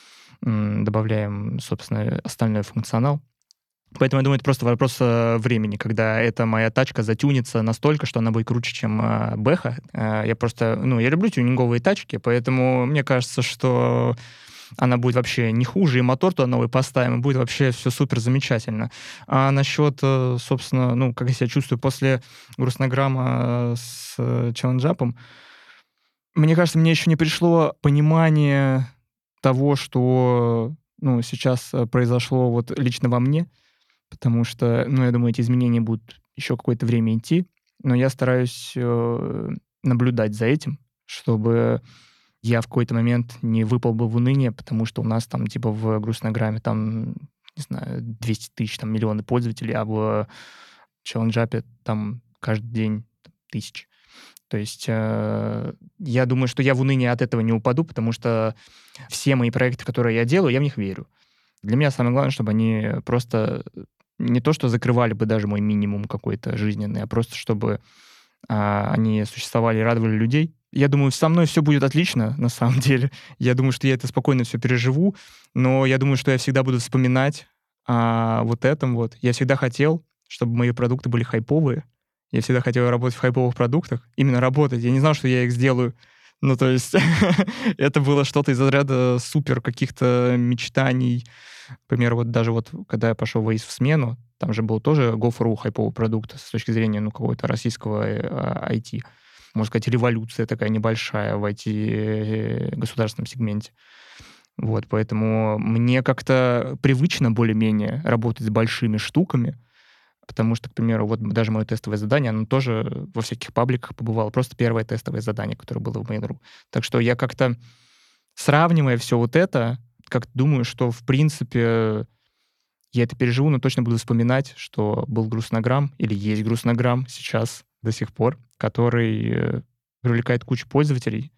м, добавляем, собственно, остальной функционал. Поэтому я думаю, это просто вопрос э, времени, когда эта моя тачка затюнится настолько, что она будет круче, чем э, Бэха. Э, я просто, ну, я люблю тюнинговые тачки, поэтому мне кажется, что она будет вообще не хуже, и мотор туда новый поставим, и будет вообще все супер замечательно. А насчет, э, собственно, ну, как я себя чувствую после грустнограмма с э, челленджапом, мне кажется, мне еще не пришло понимание того, что, ну, сейчас э, произошло вот лично во мне, потому что, ну, я думаю, эти изменения будут еще какое-то время идти, но я стараюсь э, наблюдать за этим, чтобы я в какой-то момент не выпал бы в уныние, потому что у нас там, типа, в грустнограмме там, не знаю, двести тысяч, там, миллионы пользователей, а в челленджапе там каждый день там, тысячи. То есть э, я думаю, что я в уныние от этого не упаду, потому что все мои проекты, которые я делаю, я в них верю. Для меня самое главное, чтобы они просто не то, что закрывали бы даже мой минимум какой-то жизненный, а просто чтобы а, они существовали и радовали людей. Я думаю, со мной все будет отлично, на самом деле. Я думаю, что я это спокойно все переживу, но я думаю, что я всегда буду вспоминать о вот этом вот. Я всегда хотел, чтобы мои продукты были хайповые. Я всегда хотел работать в хайповых продуктах. Именно работать. Я не знал, что я их сделаю. Ну, то есть это было что-то из разряда супер каких-то мечтаний. К примеру, вот даже вот когда я пошел в эй ай эс в смену, там же был тоже go for you хайповый продукт с точки зрения ну, какого-то российского э, ай ти. Можно сказать, революция такая небольшая в ай ти-государственном сегменте. Вот, поэтому мне как-то привычно более-менее работать с большими штуками, потому что, к примеру, вот даже мое тестовое задание, оно тоже во всяких пабликах побывало. Просто первое тестовое задание, которое было в Mail.ru. Так что я как-то, сравнивая все вот это, как думаю, что, в принципе, я это переживу, но точно буду вспоминать, что был грустнограмм, или есть грустнограмм сейчас до сих пор, который э, привлекает кучу пользователей,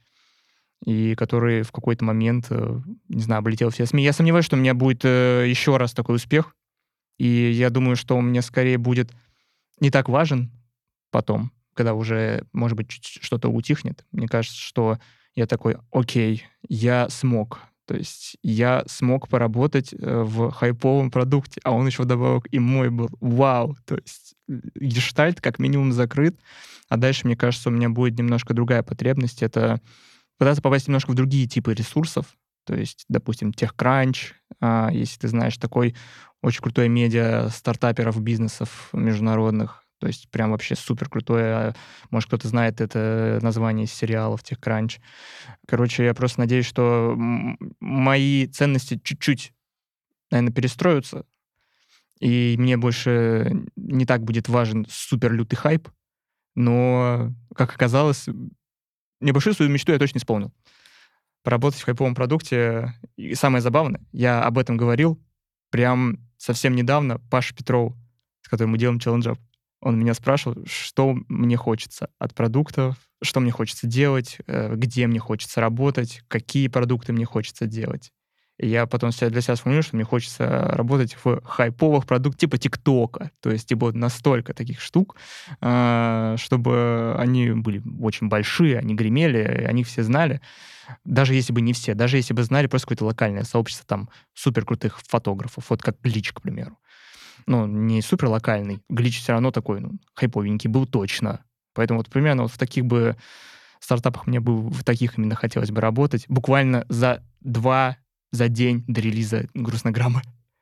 и который в какой-то момент, э, не знаю, облетел все СМИ. Я сомневаюсь, что у меня будет э, еще раз такой успех, и я думаю, что он мне скорее будет не так важен потом, когда уже, может быть, чуть что-то утихнет. Мне кажется, что я такой, окей, я смог. То есть я смог поработать э, в хайповом продукте, а он еще вдобавок и мой был. Вау! То есть э, гештальт как минимум закрыт. А дальше, мне кажется, у меня будет немножко другая потребность. Это пытаться попасть немножко в другие типы ресурсов. То есть, допустим, TechCrunch, а, если ты знаешь, такой очень крутой медиа стартаперов, бизнесов международных. То есть прям вообще супер крутое. Может, кто-то знает это название из сериалов TechCrunch. Короче, я просто надеюсь, что м- мои ценности чуть-чуть, наверное, перестроятся, и мне больше не так будет важен супер лютый хайп, но, как оказалось, небольшую свою мечту я точно исполнил. Поработать в хайповом продукте. И самое забавное, я об этом говорил прям совсем недавно Паше Петрову, с которым мы делаем Challenge Up. Он меня спрашивал, что мне хочется от продуктов, что мне хочется делать, э, где мне хочется работать, какие продукты мне хочется делать. И я потом себя- для себя сформулировал, что мне хочется работать в хайповых продуктах типа ТикТока. То есть типа вот настолько таких штук, а, чтобы они были очень большие, они гремели, и они все знали. Даже если бы не все, даже если бы знали просто какое-то локальное сообщество там супер крутых фотографов, вот как Глич, к примеру. Ну, не супер локальный. Глич все равно такой, ну, хайповенький был точно. Поэтому вот примерно вот в таких бы стартапах мне бы в таких именно хотелось бы работать. Буквально за два, за день до релиза грустнограммы.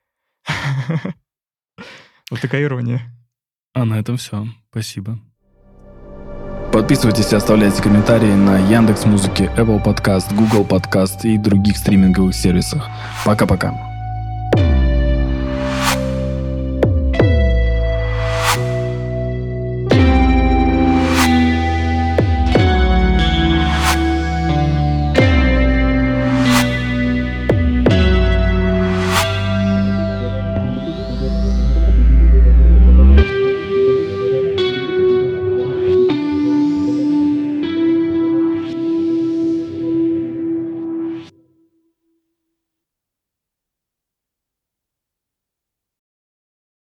Вот такая ирония. А на этом все. Спасибо. Подписывайтесь и оставляйте комментарии на Яндекс.Музыке, Apple Podcast, Google Podcast и других стриминговых сервисах. Пока-пока.